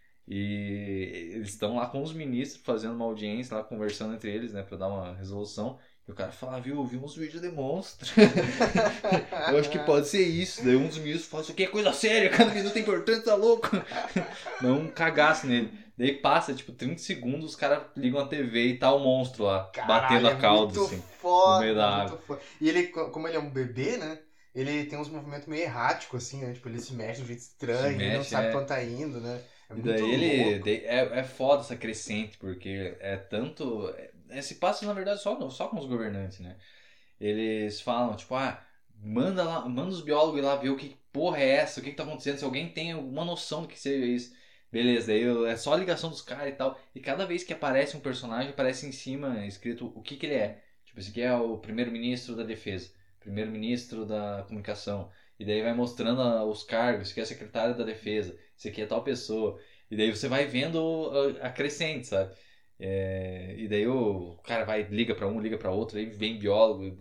E eles estão lá com os ministros fazendo uma audiência lá, conversando entre eles, né, pra dar uma resolução. E o cara fala, viu, eu vi uns vídeos de monstro. Eu acho que pode ser isso. Daí um dos ministros fala, isso aqui é coisa séria, cada minuto é importante, tá louco? Dá um cagaço nele. Daí passa, tipo, 30 segundos, os caras ligam a TV e tá o monstro lá, batendo a cauda, muito assim, foda, no meio da água. Foda. E ele, como ele é um bebê, né? Ele tem uns movimentos meio erráticos, assim, né? Tipo, ele se mexe de um jeito estranho, ele não sabe pra onde tá indo, né? É e muito daí louco. é foda essa crescente, porque é tanto... se passa, na verdade, só com os governantes, né? Eles falam, tipo, manda os biólogos ir lá ver o que porra é essa, o que tá acontecendo, se alguém tem alguma noção do que seja isso. Beleza, aí é só a ligação dos caras e tal. E cada vez que aparece um personagem, aparece em cima escrito o que ele é. Tipo, esse aqui é o primeiro-ministro da defesa, primeiro-ministro da comunicação. E daí vai mostrando os cargos, esse aqui é secretário da defesa, esse aqui é tal pessoa. E daí você vai vendo a crescente, sabe? E daí o cara liga pra um, liga pra outro, aí vem biólogo, daí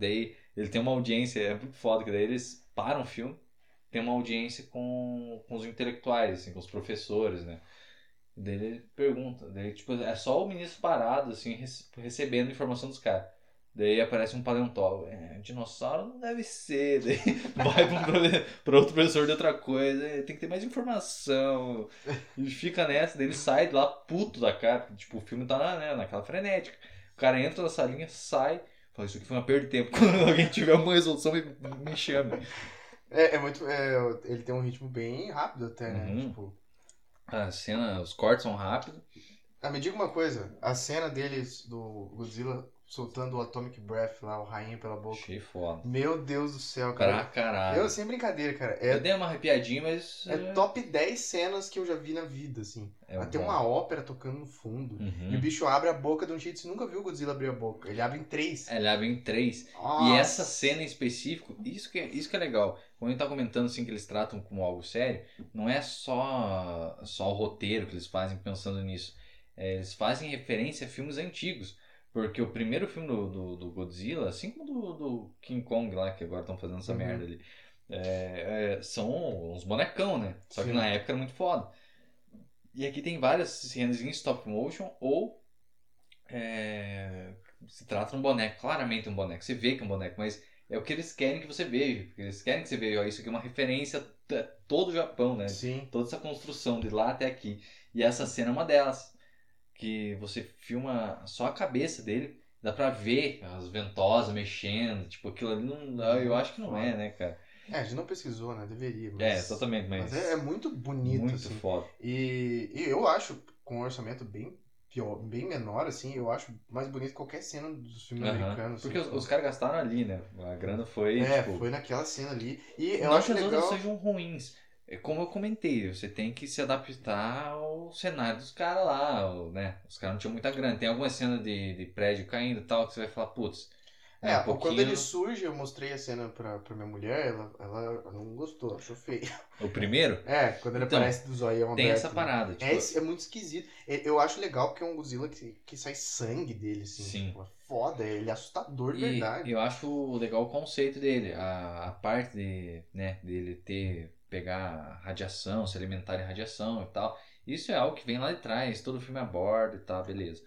Ele tem uma audiência, é muito foda, que daí eles param o filme, tem uma audiência com os intelectuais, assim, com os professores, né? Daí ele pergunta, daí tipo, é só o ministro parado, assim, recebendo informação dos caras. Daí aparece um paleontólogo, dinossauro não deve ser, daí vai pra outro professor de outra coisa, tem que ter mais informação. E fica nessa, daí ele sai de lá puto da cara, porque, tipo, o filme tá naquela frenética. O cara entra na salinha, sai, fala, isso aqui foi uma perda de tempo, quando alguém tiver uma resolução, me chame. Ele tem um ritmo bem rápido até, né? Uhum. Tipo, A cena, os cortes são rápidos. me diga uma coisa, a cena deles, do Godzilla, soltando o Atomic Breath lá, o rainho pela boca. Achei foda. Meu Deus do céu, Pra cara. caralho. Sem brincadeira, cara. Eu dei uma arrepiadinha, mas... É top 10 cenas que eu já vi na vida, assim. Tem bom. uma ópera tocando no fundo. E o bicho abre a boca de um jeito que você nunca viu o Godzilla abrir a boca. Ele abre em 3. Ele abre em 3. Nossa. E essa cena em específico, isso que é legal. Quando a gente tá comentando assim, que eles tratam como algo sério, não é só o roteiro que eles fazem pensando nisso. Eles fazem referência a filmes antigos. Porque o primeiro filme do Godzilla, assim como do King Kong lá, que agora estão fazendo essa merda ali, são uns bonecão, né? Só que Sim. na época era muito foda. E aqui tem várias cenas em stop motion ou se trata de um boneco, claramente um boneco. Você vê que é um boneco, mas é o que eles querem que você veja. Porque eles querem que você veja. Ó, isso aqui é uma referência a todo o Japão, né? Sim. Toda essa construção de lá até aqui. E essa cena é uma delas. Que você filma só a cabeça dele, dá pra ver as ventosas mexendo, tipo, aquilo ali não. Eu acho que não é, né, cara? A gente não pesquisou, né? Deveria. Mas, exatamente, mas é muito bonito, muito assim. foda. E eu acho, com um orçamento bem menor, assim, eu acho mais bonito que qualquer cena dos filmes americanos. Porque assim, os caras gastaram ali, né? A grana foi. Foi naquela cena ali. E eu não acho que as legal. outras sejam ruins. Como eu comentei, você tem que se adaptar ao cenário dos caras lá, né? Os caras não tinham muita grana. Tem alguma cena de prédio caindo e tal que você vai falar, putz. Quando ele surge, eu mostrei a cena pra minha mulher, ela não gostou, achou feio. O primeiro? Quando ele aparece do zoião aberto. Tem essa parada. Tipo... É muito esquisito. Eu acho legal porque é um Godzilla que sai sangue dele, assim. Sim. Tipo, foda, ele é assustador de verdade. Eu acho legal o conceito dele. A parte dele pegar radiação, se alimentar de radiação e tal. Isso é algo que vem lá de trás, todo filme aborda e tal, beleza.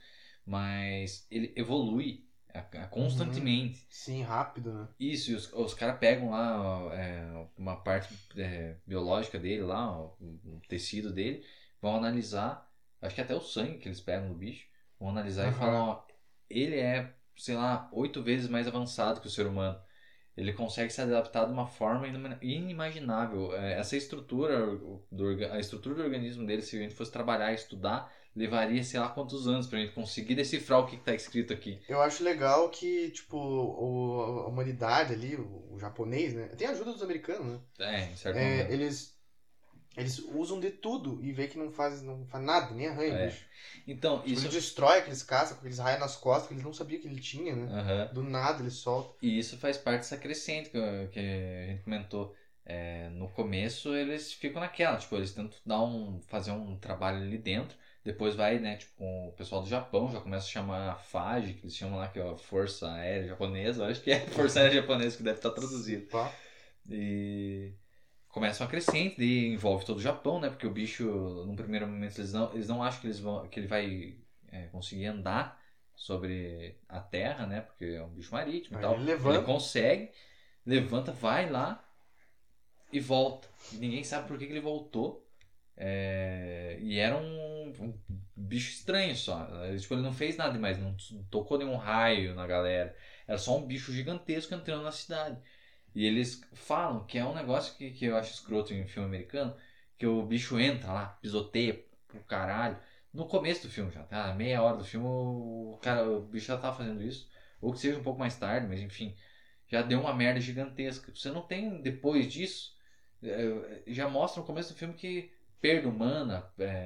Mas ele evolui constantemente. Sim, rápido, né? Isso, e os caras pegam lá uma parte biológica dele lá, o tecido dele, vão analisar, acho que até o sangue que eles pegam do bicho, vão analisar e falam, ó, ele é, sei lá, 8 vezes mais avançado que o ser humano. Ele consegue se adaptar de uma forma inimaginável. Essa estrutura, a estrutura do organismo dele, se a gente fosse trabalhar e estudar, levaria sei lá quantos anos pra gente conseguir decifrar o que tá escrito aqui. Eu acho legal que, tipo, a humanidade ali, o japonês, né? Tem a ajuda dos americanos, né? Em certo momento. Eles usam de tudo e vê que não faz nada, nem arranha, bicho. Então, tipo, ele destrói aqueles caças com aqueles raios nas costas que eles não sabiam que ele tinha, né? Do nada ele solta. E isso faz parte dessa crescente que a gente comentou. No começo eles ficam naquela, tipo, eles tentam fazer um trabalho ali dentro, depois vai, né, tipo, com o pessoal do Japão, já começa a chamar a FAJ, que eles chamam lá, que é a Força Aérea Japonesa, eu acho que é a Força Aérea Japonesa que deve estar traduzido. E começa uma crescente, e envolve todo o Japão, né, porque o bicho, num primeiro momento, eles não acham que ele vai conseguir andar sobre a terra, né, porque é um bicho marítimo e tal. Ele consegue, levanta, vai lá e volta. E ninguém sabe por que ele voltou. E era um bicho estranho só. Tipo, ele não fez nada demais, não tocou nenhum raio na galera. Era só um bicho gigantesco entrando na cidade. E eles falam que é um negócio que eu acho escroto em filme americano, que o bicho entra lá, pisoteia pro caralho. No começo do filme já, tá? Meia hora do filme, o bicho já tava fazendo isso. Ou que seja um pouco mais tarde, mas enfim. Já deu uma merda gigantesca. Você não tem, depois disso, já mostra no começo do filme que perda humana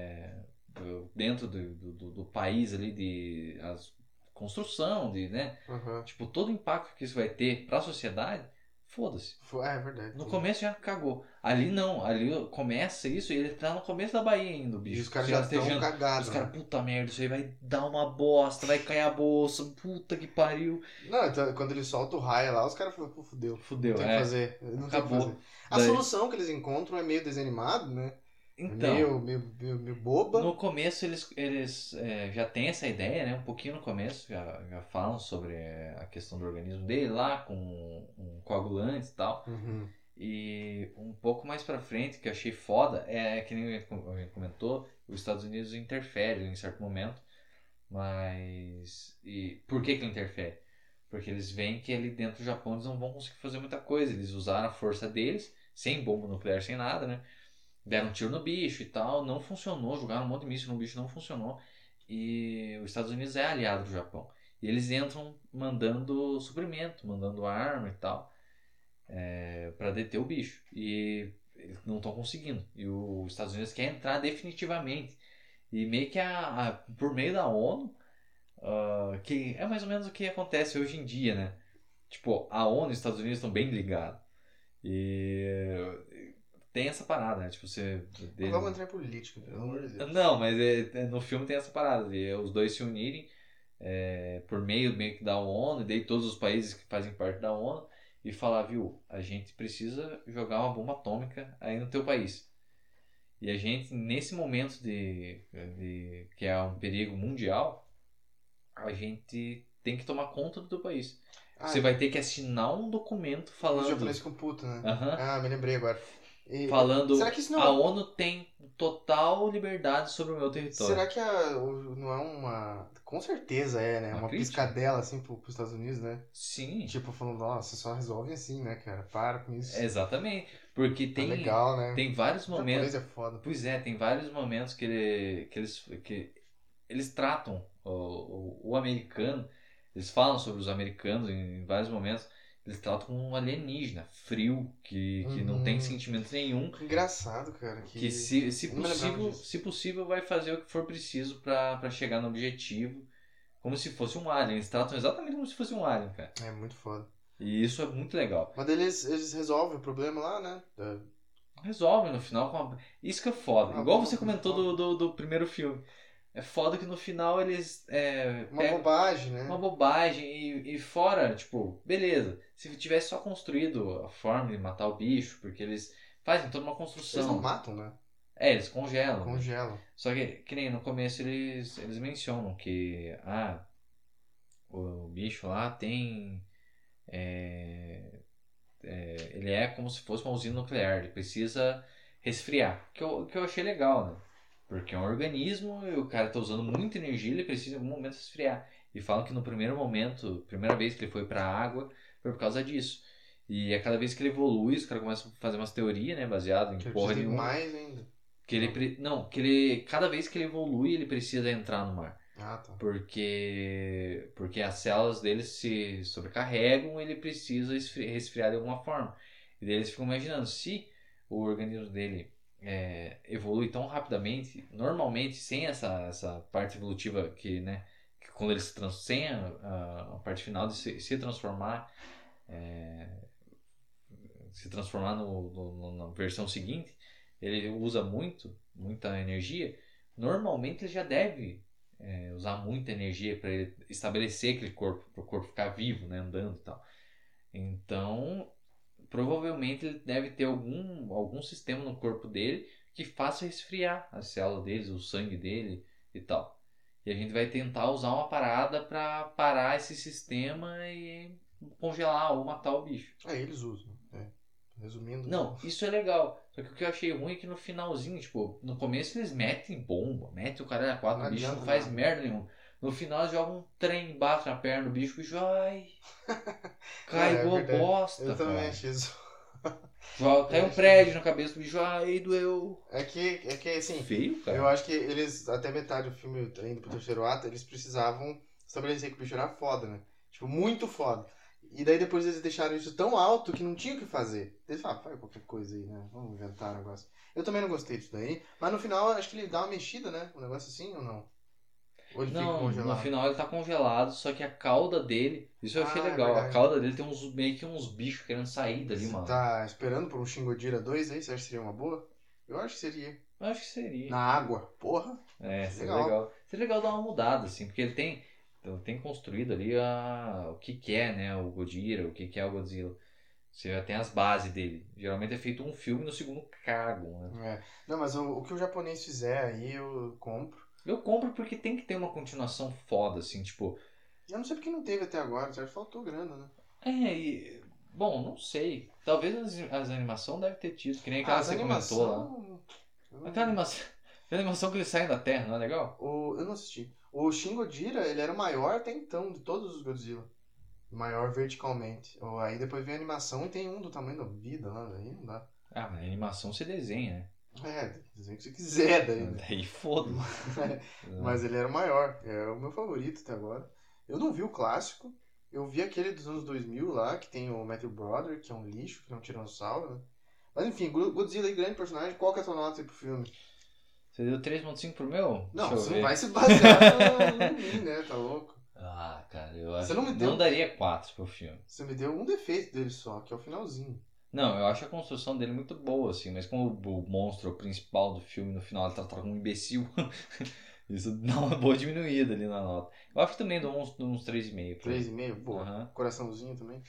dentro do país ali, de construção, né? Tipo, todo o impacto que isso vai ter para a sociedade foda-se. É verdade. No começo já cagou. Ali não, ali começa isso e ele tá no começo da Bahia ainda, o bicho. E os caras já estão Rastejando. cagados. Os caras, puta merda, isso aí vai dar uma bosta, vai cair a bolsa, puta que pariu. Não, então, quando ele solta o raio lá, os caras falam, pô, fudeu. Fudeu, Não tem o que fazer. Não Acabou. tem o que fazer. A Daí- solução que eles encontram é meio desanimado, né? Então, Meio boba. no começo eles já têm essa ideia, né? Um pouquinho no começo, já falam sobre a questão do organismo dele lá, com um coagulante e tal. Uhum. E um pouco mais pra frente, que eu achei foda, é que nem comentou, os Estados Unidos interferem em certo momento, mas... E por que ele interfere? Porque eles veem que ali dentro do Japão eles não vão conseguir fazer muita coisa, eles usaram a força deles, sem bomba nuclear, sem nada, né? Deram um tiro no bicho e tal, não funcionou, jogaram um monte de míssil no bicho, não funcionou. E os Estados Unidos é aliado do Japão. E eles entram mandando suprimento, mandando arma e tal, para deter o bicho. E eles não estão conseguindo. E os Estados Unidos quer entrar definitivamente. E meio que por meio da ONU, que é mais ou menos o que acontece hoje em dia, né? Tipo, a ONU e os Estados Unidos estão bem ligados. E tem essa parada, né? Tipo, você... Não vamos entrar em política, pelo amor de Deus. Não, mas no filme tem essa parada de os dois se unirem por meio que da ONU, e daí todos os países que fazem parte da ONU, e falar, viu, a gente precisa jogar uma bomba atômica aí no teu país. E a gente, nesse momento que é um perigo mundial, a gente tem que tomar conta do teu país. Você vai ter que assinar um documento falando... Os japoneses ficam putos, né? Aham. Ah, me lembrei agora. Falando, será que isso não a ONU tem total liberdade sobre o meu território. Será que não é uma... Com certeza é, né? Uma Uma crítica? piscadela, assim, pros Estados Unidos, né? Sim, Tipo, falando, nossa, só resolve assim, né, cara? Para com isso. exatamente. Porque Tá tem, legal, né? tem vários O japonês momentos. é foda. Pois é, tem vários momentos que eles tratam o americano, eles falam sobre os americanos em vários momentos, eles tratam como um alienígena, frio, que não tem sentimento nenhum, Engraçado, cara. que se Não me lembrava possível, disso. se possível vai fazer o que for preciso pra chegar no objetivo, como se fosse um alien. Eles tratam exatamente como se fosse um alien, cara. É muito foda. E isso é muito legal. Mas daí eles resolvem o problema lá, né? Resolve no final com isso que é foda. Ah, Igual bom, você comentou bom. do primeiro filme. É foda que no final eles Uma pegam bobagem, né? uma bobagem e fora, tipo, beleza. Se tivesse só construído a forma de matar o bicho, porque eles fazem toda uma Eles não construção. matam, né? Eles congelam. Né? Congelam. Só que nem no começo eles mencionam que o bicho lá tem. Ele é como se fosse uma usina nuclear, ele precisa resfriar. Que eu achei legal, né? Porque é um organismo e o cara tá usando muita energia, ele precisa em algum momento resfriar. E falam que no primeiro momento, primeira vez que ele foi pra água, foi por causa disso. E a cada vez que ele evolui, os caras começam a fazer umas teorias, né? Baseado em Que ele porra precisa de nenhuma. mais ainda. Que ele, não, que ele, cada vez que ele evolui, ele precisa entrar no mar. Ah, tá. Porque as células dele se sobrecarregam, ele precisa resfriar de alguma forma. E daí eles ficam imaginando, se o organismo dele evolui tão rapidamente, normalmente sem essa parte evolutiva que, né, que quando ele sem a parte final de se transformar, na versão seguinte, ele usa muita energia, normalmente ele já deve usar muita energia para ele estabelecer aquele corpo, para o corpo ficar vivo, né, andando e tal. Então, provavelmente ele deve ter algum sistema no corpo dele que faça resfriar as células dele, o sangue dele e tal. E a gente vai tentar usar uma parada para parar esse sistema e congelar ou matar o bicho. Eles usam. Resumindo. Não, isso é legal. Só que o que eu achei ruim é que no finalzinho, tipo, no começo eles metem bomba, metem o cara a quatro, o bicho não faz merda nenhuma. No final eles jogam um trem, bate na perna do bicho, o bicho, ai, cai igual bosta. Eu também achei isso. Cai um prédio na cabeça do bicho, ai, doeu. É que assim, Feio, cara. eu acho que eles, até metade do filme, indo pro terceiro ato, eles precisavam estabelecer que o bicho era foda, né? Tipo, muito foda. E daí depois eles deixaram isso tão alto que não tinha o que fazer. Eles falaram, faz qualquer coisa aí, né? Vamos inventar um negócio. Eu também não gostei disso daí. Mas no final, acho que ele dá uma mexida, né? Um negócio assim ou não? Ou ele fica Não, no congelado? final ele tá congelado, só que a cauda dele, isso eu achei Ah, é legal, a verdade. cauda dele tem meio que uns bichos querendo sair dali, Você mano. tá esperando por um Shin Godzilla 2 aí? Você acha que seria uma boa? Eu acho que seria. Eu acho que seria. Na água. Porra. Seria Legal. legal. Seria legal dar uma mudada, assim, porque ele tem construído ali o que é, né, o Godzilla, o que é o Godzilla. Você já tem as bases dele. Geralmente é feito um filme e no segundo cagam, né? É. Não, mas o que o japonês fizer aí eu compro. Eu compro porque tem que ter uma continuação foda, assim, tipo... Eu não sei porque não teve até agora, certo? Faltou grana, né? Bom, não sei. Talvez as animações devem ter tido, que nem aquela que você comentou lá. Aquela animação que eles saem da Terra, não é legal? Eu não assisti. O Shin Godzilla, ele era o maior até então de todos os Godzilla. Maior verticalmente. Aí depois veio a animação e tem um do tamanho da vida lá, daí não dá. Ah, mas a animação você desenha, né? Desenho o que você quiser daí. Né? Daí foda. Mas ele era o maior. É o meu favorito até agora. Eu não vi o clássico. Eu vi aquele dos anos 2000 lá, que tem o Matthew Broderick, que é um lixo, que é um tiranossauro, né? Mas enfim, Godzilla é grande personagem. Qual que é a tua nota aí pro filme? Você deu 3.5 pro meu? Não, Deixa eu você não ver. vai se basear no mim, né? Tá louco? Ah, cara, eu acho Você não me que deu- não daria 4 pro filme. Você me deu um defeito dele só, que é o finalzinho. Não, eu acho a construção dele muito boa, assim, mas como o monstro principal do filme no final ele tá tratado como um imbecil, isso dá uma boa diminuída ali na nota. Eu acho que também dou uns 3,5. 3,5? Boa. Aham. Coraçãozinho também.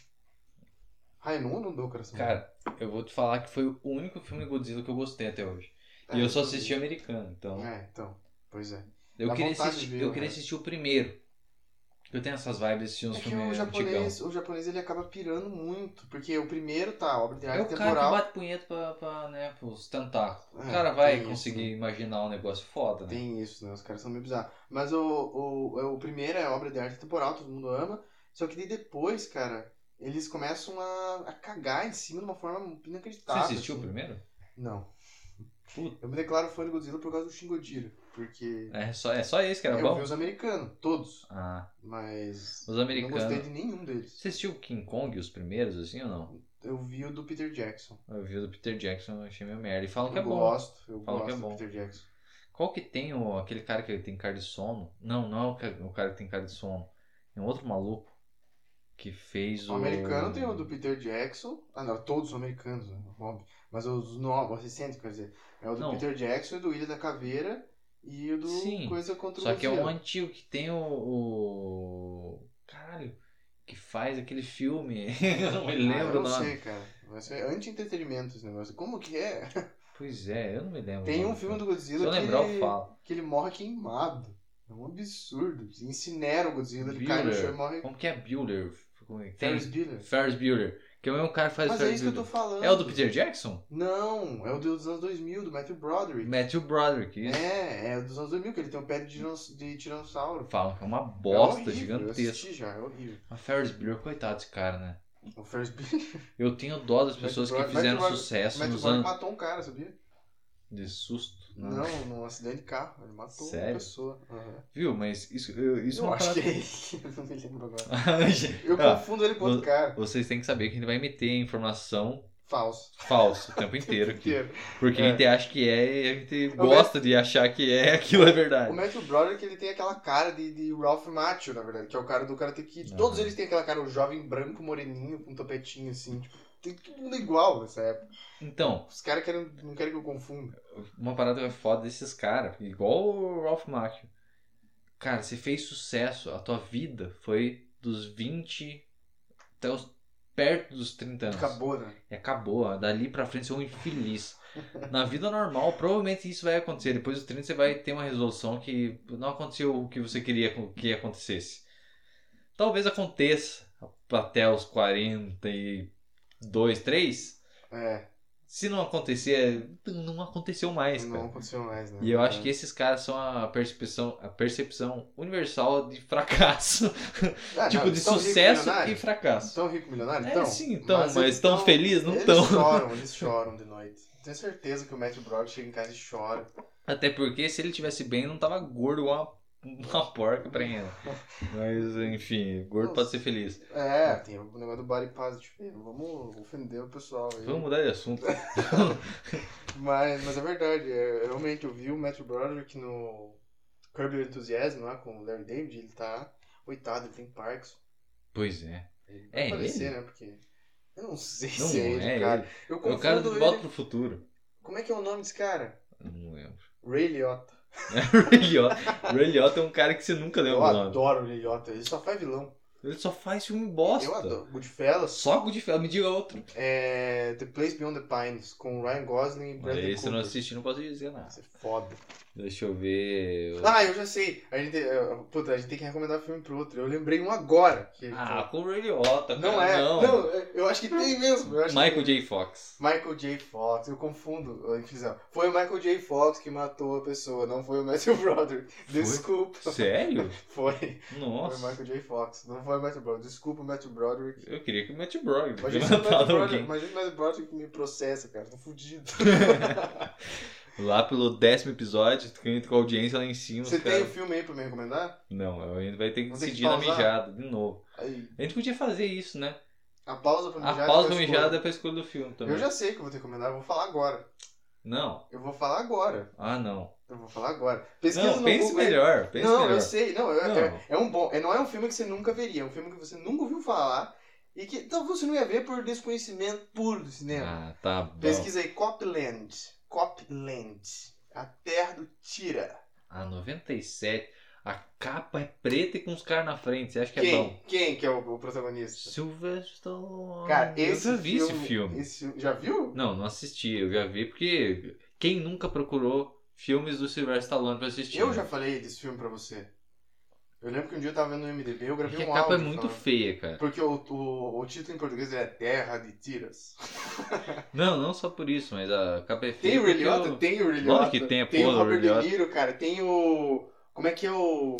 Raimon não dou coraçãozinho. Cara, eu vou te falar que foi o único filme de Godzilla que eu gostei até hoje. É, E eu só tudo assisti o isso. americano, então. Então. Pois é. Eu Dá queria vontade de assistir, ver, eu queria né? assistir o primeiro. Eu tenho essas vibes de assistir uns É que filmes antigão. o japonês ele acaba pirando muito. Porque o primeiro tá, obra de É arte o cara que temporal. bate punheta pros tentáculos. O É, cara vai tem conseguir isso, né? imaginar um negócio foda, né? Tem isso, né? Os caras são meio bizarros. Mas o primeiro é obra de arte temporal, todo mundo ama. Só que daí depois, cara, eles começam a cagar em cima de uma forma Você inacreditável. assistiu o assim. primeiro? Não. Puta. Eu me declaro fã de Godzilla por causa do Shin Godzilla. Porque É só esse que era eu bom? vi os americanos, todos. Ah, Mas os eu não americanos. gostei de nenhum deles. Você assistiu King Kong, os primeiros, assim, ou não? Eu vi o do Peter Jackson. Eu vi o do Peter Jackson, eu achei meio merda. E falam que Eu é bom. gosto Falam que é do bom. Peter Jackson. Qual que tem aquele cara que tem cara de sono? Não é o cara que tem cara de sono. É um outro maluco que fez O americano tem o do Peter Jackson. Ah, não, todos são americanos, né? Óbvio. Mas os novos, os recentes, quer dizer. É o do Não. Peter Jackson, o do Ilha da Caveira e o do Sim, Coisa contra o Só que é Godzilla. um antigo que tem Caralho, que faz aquele filme. Eu não me lembro eu o não nome. sei, cara. Vai ser anti-entretenimento esse negócio. Como que é? Pois é, eu não me lembro. Tem o um nome filme do Se Godzilla eu que lembrar, eu ele, falo. que ele morre queimado. É um absurdo. Incinera o Godzilla, ele cai no chão e morre. Como que é Bueller? Como é que Ferris tem? Bueller. Ferris Bueller. Que é o mesmo cara que faz Mas é Ferris isso que eu tô Bueller. falando. É o do Peter Jackson? Não, é o dos anos 2000, do Matthew Broderick. Matthew Broderick, isso. É o dos anos 2000, que ele tem um pé de tiranossauro. Falam que é uma É bosta horrível, Eu gigantesca. assisti já, é horrível. Mas Ferris Bueller, coitado desse cara, né? O Ferris Bueller. Eu tenho dó das pessoas que fizeram sucesso Matthew nos Broderick anos matou um cara, sabia? de susto. Não, num acidente de carro. Ele matou Sério? uma pessoa. Uhum. Viu? Mas isso é Eu uma acho que parada. é ele. Eu não me lembro agora. Eu Eu confundo ele com outro cara. Vocês têm que saber que a gente vai meter informação Falso. falsa o tempo inteiro aqui. Porque a gente acha que é e a gente O gosta de achar que aquilo é verdade. O Matthew Broderick, ele tem aquela cara de Ralph Macchio, na verdade, que é o cara do Karate Kid. Aham. Todos eles têm aquela cara, o jovem branco, moreninho, com um topetinho assim, tipo, tem todo mundo igual nessa época. Então, Os caras não querem que eu confunda. uma parada foda desses caras, igual o Ralph Macchio. Cara, você fez sucesso, a tua vida foi dos 20 até perto dos 30 anos. Acabou, né? E acabou, dali pra frente você é um infeliz. Na vida normal, provavelmente isso vai acontecer. Depois dos 30 você vai ter uma resolução que não aconteceu o que você queria que acontecesse. Talvez aconteça até os 42, 3. É, Se não acontecer, não aconteceu mais, não cara. aconteceu mais, né? E eu acho que esses caras são a percepção universal de fracasso. Tipo, de sucesso e fracasso. Tão rico milionário? É, Então, sim, então, mas eles tão tão- felizes? Não eles tão. Eles choram de noite. Tenho certeza que o Matthew Broderick chega em casa e chora. Até porque se ele tivesse bem, não tava gordo igual uma porca pra ele. Mas, enfim, gordo Nossa. pode ser feliz. É, tem o negócio do body positive. Vamos ofender o pessoal aí. Vamos mudar de assunto. Mas é verdade, realmente eu vi o Matthew Broderick Curb Your Enthusiasm lá com o Larry David, ele tá... Coitado, ele tem Parkinson. Pois é. Ele vai É falecer, ele? né? Porque... Eu não sei Não se é ele, é cara. ele. Eu É o cara confundo do ele... Volta pro Futuro. Como é que é o nome desse cara? Não lembro. Ray Liotta. Ray Liotta. Ray Liotta é um cara que você nunca lembra Eu o nome. adoro o Ray Liotta, ele só faz vilão. Ele só faz filme bosta. Eu adoro. Goodfellas. Só Goodfellas, me diga outro. The Place Beyond the Pines, com Ryan Gosling e Bradley Esse eu Cooper. não assisti, não posso dizer nada. Isso é foda. Deixa eu ver. Ah, eu já sei. A gente tem que recomendar filme pro outro. Eu lembrei um agora. Com o Ray Liotta, cara. Não é. Não, eu acho que tem mesmo. Eu acho Michael que... J. Fox. Michael J. Fox. Eu confundo. Infusão. Foi o Michael J. Fox que matou a pessoa, não foi o Matthew Broderick. Desculpa. Sério? Foi. Nossa. Foi o Michael J. Fox. Não foi o Matthew Broderick. Desculpa o Matthew Broderick. Eu queria que o Matt Broderick Imagina tivesse se o Matthew matado alguém. Broderick me processa, cara. Tô fudido. Lá pelo 10º episódio, com a audiência lá em cima. Você os tem caras- o filme aí pra me recomendar? Não, a gente vai ter que Vamos ter que decidir na pausar? mijada, de novo. Aí. A gente podia fazer isso, né? A pausa pra mijada. A pausa eu pra escolho. mijada é pra escolha do filme também. Eu já sei que eu vou ter que recomendar, eu vou falar agora. Não. Eu vou falar agora. Ah, não. Eu vou falar agora. Pesquisa Não, no pense Google aí. melhor. Pense Não, melhor. eu sei. Não, Não. é um bom. Não é um filme que você nunca veria. É um filme que você nunca ouviu falar. E que então você não ia ver por desconhecimento puro do cinema. Ah, tá bom. Pesquisa aí, Copland. Copland. A Terra do Tira. Ah, 97. A capa é preta e com os caras na frente. Você acha que é bom? Quem que é o protagonista? Sylvester Stallone. Cara, eu esse já vi filme, esse filme. Já viu? Não, não assisti. Eu já vi porque quem nunca procurou filmes do Sylvester Stallone pra assistir? Eu né? já falei desse filme pra você. Eu lembro que um dia eu tava vendo no MDB, eu É gravei que um a capa é áudio muito falando. feia, cara. Porque o título em português é Terra de Tiras. Não só por isso, mas a capa é feia. Tem o Ray porque Liotta? Tem o Ray Liotta. Lógico que tem a Tem o porra do Robert Ray De Liotta. Niro, cara. Tem o... Como é que é o...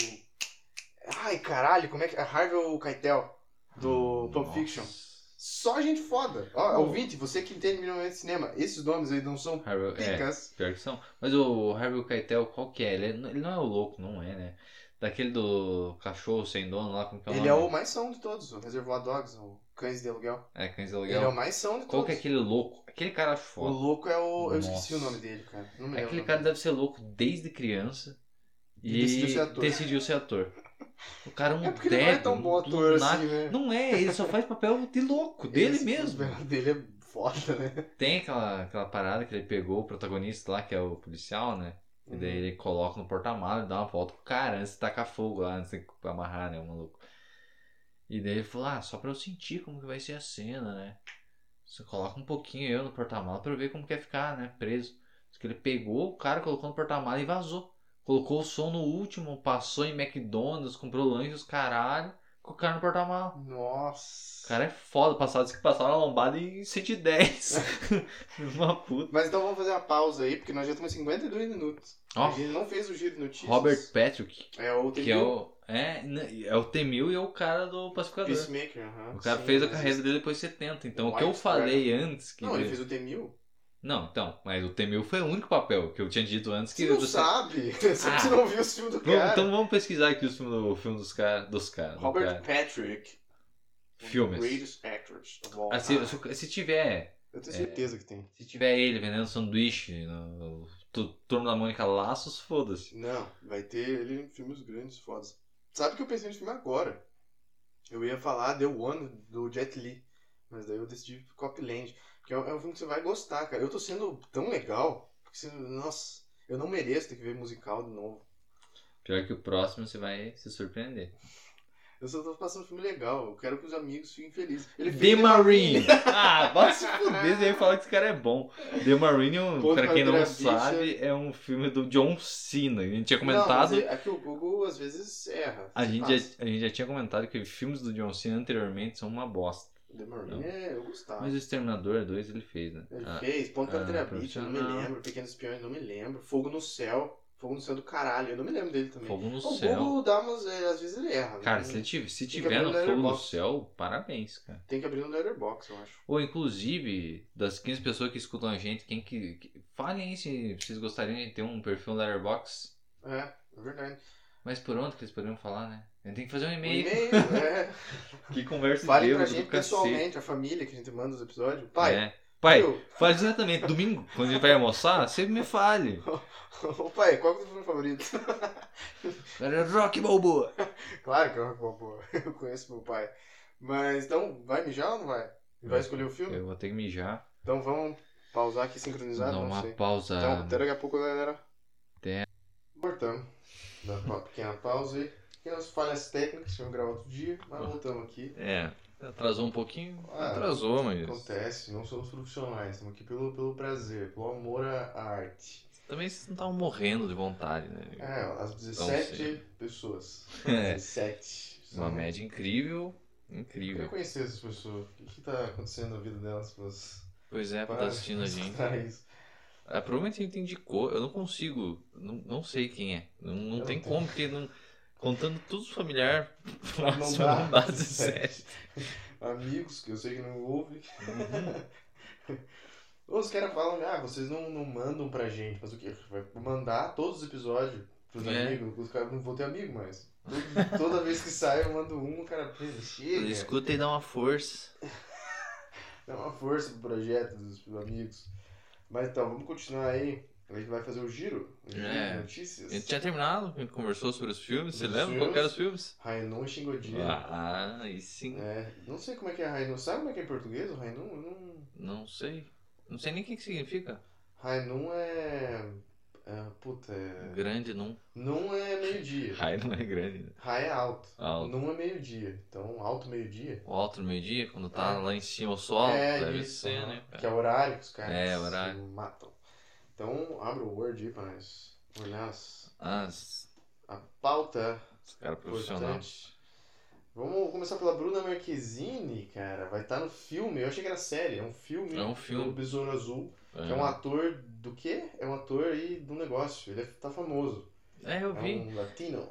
Ai, caralho, como é que... Harvey Keitel, do Pulp Nossa. Fiction. Só gente foda. Ó, Oh. ouvinte, você que entende minimamente de cinema, esses nomes aí não são Harvey, picas. pior que são. Mas o Harvey Keitel, qual que é? Ele não é o louco, não é, né? Daquele do cachorro sem dono lá, como que é o Ele é nome? o mais são de todos, o Reservoir Dogs, o Cães de Aluguel. É, Cães de Ele Aluguel. é o mais são de Qual todos. que é aquele louco? Aquele cara O foda. louco é o... Eu esqueci o Nossa. nome dele, cara. Não me lembro. Aquele o cara nome deve ser louco desde criança E decidiu ser ator. O cara é um É porque ele não é débil, tão bom ator assim, né? Não é, ele só faz papel de louco, dele Esse mesmo. papel dele é foda, né? Tem aquela parada que ele pegou o protagonista lá, que é o policial, né? E daí ele coloca no porta-malas e dá uma volta com o cara antes de tacar fogo lá, antes de amarrar, né, o maluco. E daí ele falou, só pra eu sentir como que vai ser a cena, né? Você coloca um pouquinho eu no porta-malas pra eu ver como que ia ficar, né, preso. Diz que ele pegou o cara, colocou no porta-malas e vazou. Colocou o som no último, passou em McDonald's, comprou lanche, os caralho, com o cara no porta-malas. Nossa. O cara é foda, diz que passaram a lombada em 110. Uma puta. Mas então vamos fazer uma pausa aí, porque nós já estamos em 52 minutos. Ó. A gente não fez o giro de notícias. Robert Patrick, É o que é o... É o T-1000 e é o cara do Pacificador. Peacemaker, aham. O cara Sim, fez a mas carreira esse- dele depois de 70. Então o White que eu falei antes... Que Não, ele fez o T-1000. Não, então, mas o T-1000 foi o único papel que eu tinha dito antes que... Você não sabe. Você não viu os filmes do cara. Então vamos pesquisar aqui os filmes dos caras. Robert Patrick. Filmes. Greatest actors of all Se, se tiver... Eu tenho certeza que tem. Se tiver ele vendendo sanduíche no Turma da Mônica Laços, foda-se. Não, vai ter ele em filmes grandes, fodas. Sabe que eu pensei no filme agora? Eu ia falar The One, do Jet Li. Mas daí eu decidi Copland. Porque é um filme que você vai gostar, cara. Eu tô sendo tão legal. Porque nossa, eu não mereço ter que ver musical de novo. Pior que o próximo você vai se surpreender. Eu só tô passando um filme legal. Eu quero que os amigos fiquem felizes. Ele The fez Marine! Bota se fuder, você ia falar que esse cara é bom. The Marine, Ponto pra quem não para a sabe, é um filme do John Cena. A gente tinha Não, comentado... mas é que o Google às vezes erra. A Se gente, passa. a gente já tinha comentado que filmes do John Cena anteriormente são uma bosta. The Marine Não. eu gostava. Mas o Exterminador 2 ele fez, né? Ele fez, Ponto para Beach, eu não me Profissional. lembro. Pequenos Espiões, não me lembro. Fogo no Céu do caralho, eu não me lembro dele também. Fogo no O Céu. Google dá umas, às vezes ele erra. Cara, né? se Tem que tiver abrir no no Fogo no Letterboxd. Céu, parabéns, cara. Tem que abrir no Letterboxd, eu acho. Ou inclusive, das 15 pessoas que escutam a gente, falem aí se vocês gostariam de ter um perfil no Letterboxd. É verdade. Mas por onde que eles poderiam falar, né? A gente tem que fazer um Um e-mail. e-mail, Que conversa Fale pra bêbado gente do cacete. pessoalmente, a família que a gente manda os episódios. Pai, É. Pai, Meu. fale exatamente. Domingo, quando ele vai almoçar, você me fale. Ô pai, qual que é o teu filme favorito? Era Rock Balboa. Claro que é o Rock Balboa. Eu conheço meu pai. Mas então, vai mijar ou não vai? Vai escolher o filme? Eu vou ter que mijar. Então vamos pausar aqui sincronizado, Dar não uma sei. pausa. Então, até daqui a pouco, galera. Até. Voltamos. Dá uma pequena pausa aí. Pequenas falhas técnicas, tivemos que gravar outro dia, mas voltamos aqui. Atrasou um pouquinho. Ah, atrasou, mas. Acontece, não somos profissionais, estamos aqui pelo prazer, pelo amor à arte. Também vocês não estavam morrendo de vontade, né? As 17 pessoas. É. 17. Uma média incrível. Eu Incrível. queria conhecer essas pessoas. O que tá acontecendo na vida delas? Pois é, pra estar assistindo a gente. Isso. Provavelmente a gente indicou. Eu não consigo. Não sei quem é. Não tem como, porque não. Contando tudo familiar, Não não dá dá 17. Amigos, que eu sei que não ouvem. Uhum. Os caras falam, vocês não mandam pra gente. Mas o quê? Vai mandar todos os episódios pros amigos. Os caras não vão ter amigo mais. Toda vez que sai eu mando um, o cara chega. Escuta e dá uma força. Dá uma força pro projeto dos amigos. Mas então, vamos continuar aí. A gente vai fazer o giro de notícias. A gente tinha terminado, a gente conversou sobre os filmes. Você Os lembra filmes. qual que eram os filmes? Rainun e Shingodie. Aí sim. Não sei como é que é Rainun. Sabe como é que é em português o Rainun? Não sei. Não sei nem o que significa. Rainun é... Grande não. Num é meio-dia. Rai não é grande, né? Rai é alto. Alto. Num é meio-dia. Então, alto meio-dia. O alto no meio-dia, quando tá lá em cima o sol, deve isso, ser, né? Que é o horário que os caras horário. se matam. Então, abre o Word aí pra nós olhar a pauta Os caras profissionais. importante. Vamos começar pela Bruna Marquezine, cara. Vai estar no filme. Eu achei que era série. É um filme. Do Besouro Azul. Que é um ator do quê? É um ator aí do negócio. Ele tá famoso. Eu vi. É um latino.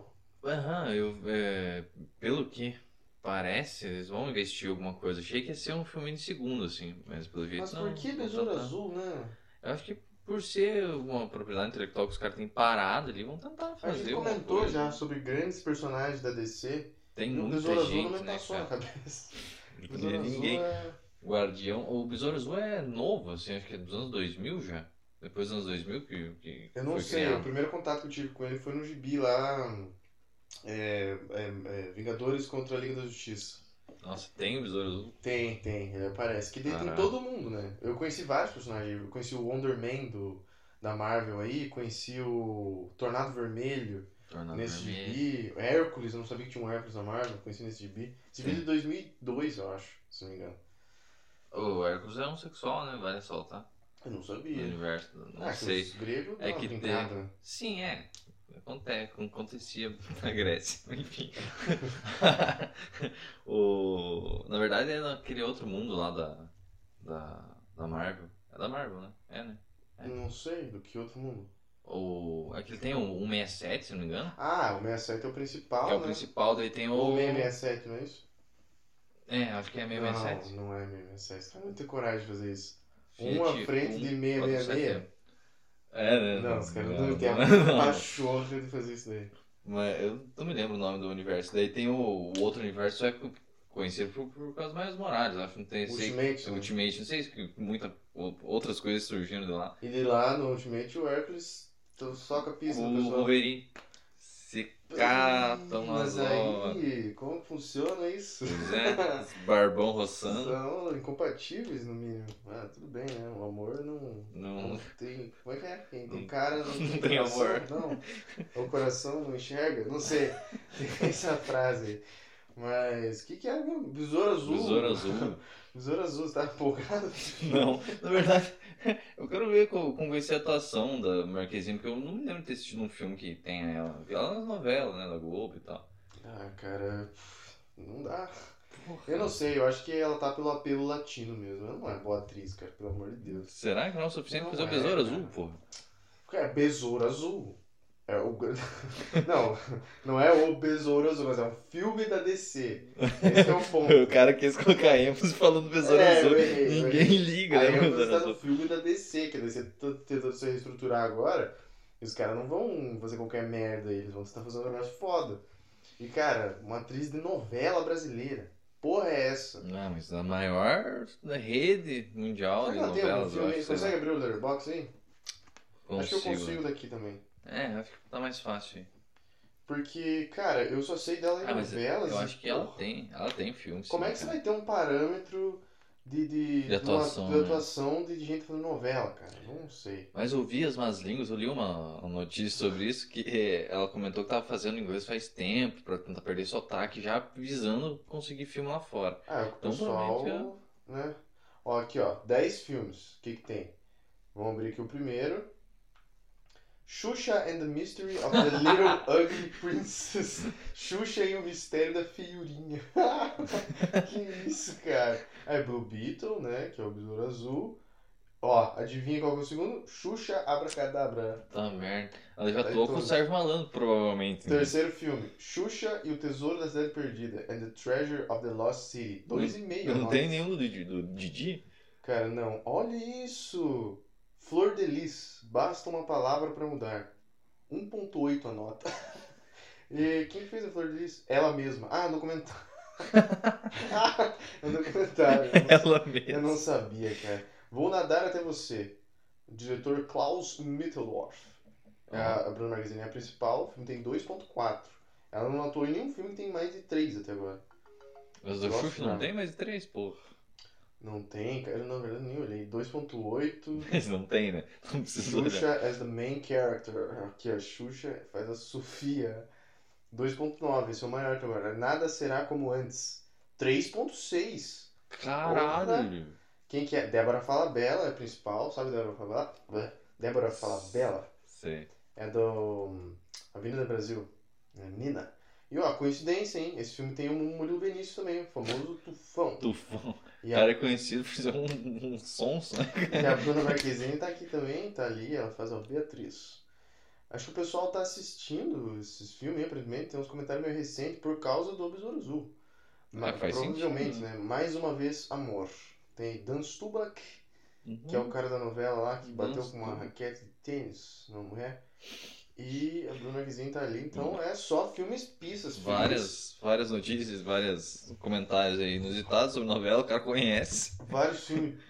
Pelo que parece, eles vão investir alguma coisa. Achei que ia ser um filme de segundo, assim. Mas pelo jeito Mas não. por que Besouro Azul, né? Eu acho que por ser uma propriedade intelectual que os caras têm parado ali, vão tentar fazer. A gente alguma comentou coisa. já sobre grandes personagens da DC. Tem E o muita Besouro Azul gente, não me né, passou na cara? cabeça. O Besouro Azul Ninguém. é... Guardião. O Besouro Azul é novo, assim, acho que é dos anos 2000 já. Depois dos anos 2000 que Eu não foi sei, criado. o primeiro contato que eu tive com ele foi no gibi lá. Vingadores contra a Liga da Justiça. Nossa, tem o Besouro Azul? Tem, ele aparece. Que daí tem Caraca. todo mundo, né? Eu conheci vários personagens. Eu conheci o Wonder Man da Marvel aí, conheci o Tornado Vermelho nesse gibi. Hércules, eu não sabia que tinha um Hércules da Marvel, conheci nesse gibi. Esse gibi é de 2002, eu acho, se não me engano. O Hércules é homossexual, né? Vale ressaltar. Eu não No sabia. universo, não sei. Os gregos É dão que uma brincada, né? Sim, acontecia na Grécia, enfim. Na verdade é naquele outro mundo lá da Marvel. É da Marvel, né? Né? Não sei, do que outro mundo. Aqui tem o 167, se não me engano. Ah, o 67 é o principal, Que é o né? principal, daí tem Ou o... 667, não é isso? acho que é 667. Não é 667. Os caras não têm coragem de fazer isso. Fiat À frente de 666. né? Não, os caras não têm a pachorra de fazer isso daí. Mas eu não me lembro o nome do universo. Daí tem o outro universo, é conhecido por causa mais Morales. Acho que não tem... Ultimate, né? Ultimate, não sei se outras coisas surgiram de lá. E de lá, no Ultimate, o Hércules soca a pista do O pessoal. Wolverine se catam nas Mas aí, como funciona isso? Pois é, os barbão roçando. São incompatíveis, no mínimo. Tudo bem, né? O amor não tem... Como é que é? Quem tem cara não tem tem coração. amor. Não, o coração não enxerga. Não sei. Tem essa frase aí. Mas, o que é mesmo? Besouro Azul. Besouro Azul. Besouro Azul, você tá empolgado? Não, na verdade, eu quero ver como vai ser a atuação da Marquezine, porque eu não me lembro de ter assistido um filme que tenha ela. Vi ela nas novelas, né, da Globo e tal. Cara, não dá. Eu não sei, eu acho que ela tá pelo apelo latino mesmo. Ela não é boa atriz, cara, pelo amor de Deus. Será que não é o suficiente pra fazer o Não Besouro é, Azul, cara. porra? É Besouro Azul. Não é o Besouro Azul, mas é um filme da DC. Esse é o ponto. O cara quis colocar ênfase falando Besouro Azul. Eu errei. Ninguém liga, Aí né, você Besouro tá Azul? no filme da DC, que a DC tá tentando se reestruturar agora, e os caras não vão fazer qualquer merda aí, eles vão tentar fazer um negócio foda. E cara, uma atriz de novela brasileira. porra é essa? Não, mas a maior da rede mundial Será de que ela tem algum novelas, eu filme aí? acho. Sei Consegue lá. abrir o Letterboxd aí? Acho que eu Consigo. consigo daqui também. Acho que tá mais fácil. Porque, cara, eu só sei dela em Mas novelas eu e, acho que porra, ela tem filme, sim, como é que você cara. vai ter um parâmetro De atuação, de né? atuação de gente fazendo novela, cara? Não sei. Mas eu vi as más línguas, eu li uma notícia sobre isso, que ela comentou que tava fazendo inglês faz tempo, pra tentar perder sotaque, já visando conseguir filme lá fora. Ah, é o que o Então, provavelmente, pessoal, né? Ó, aqui, ó, 10 filmes. O que que tem? Vamos abrir aqui o primeiro. Xuxa and the Mystery of the Little Ugly Princess. Xuxa e o Mistério da Feiurinha. Que isso, cara? É Blue Beetle, né? Que é o Besouro Azul. Ó, adivinha qual que é o segundo? Xuxa Abracadabra. tá merda. Ela já Tá em atuou com o todos. Sérgio Malandro, provavelmente. Né? Terceiro filme, Xuxa e o Tesouro da Cidade Perdida and the Treasure of the Lost City. 2,5. Não nota. tem nenhum do Didi? Cara, não. Olha isso! Flor de Lis. Basta uma palavra pra mudar. 1,8 a nota. E quem fez a Flor de Lis? Ela mesma. Ah, documentário. É documentário. Ela Eu não mesma. sabia, cara. Vou nadar até você. Diretor Klaus Mitteldorf. A Bruna Marquezine é a principal. O filme tem 2,4. Ela não atuou em nenhum filme que tem mais de 3 até agora. Mas o Lost Xuxa não Drama. tem mais de 3, pô. Não tem, cara. Eu, na verdade, nem olhei. 2,8. Mas não tem, né? Não precisa olhar. Xuxa as the main character. Aqui a Xuxa faz a Sofia. 2,9. Esse é o maior que agora. Nada será como antes. 3,6. Caralho! Quem que é? Débora Falabella é a principal. Sabe Débora Falabella? Débora Falabella Sei. é do Avenida Brasil. É Nina. E ó, coincidência, hein? Esse filme tem o Murilo Benício também, o famoso Tufão. Tufão. O E cara a, é conhecido por fazer um sonso, né? e a Bruna Marquezine tá aqui também, tá ali, ela faz a Beatriz. Acho que o pessoal tá assistindo esses filmes, aparentemente, tem uns comentários meio recentes por causa do Besouro Azul. Mas faz provavelmente, sentido, né? Mais uma vez, amor. Tem Dan Stubach, que é o cara da novela lá que Dan bateu com uma Stubach. raquete de tênis numa mulher. E a Bruna Marquezine tá ali, então é só filmes pistas. Várias notícias, vários comentários aí inusitados sobre novela, o cara conhece. Vários filmes,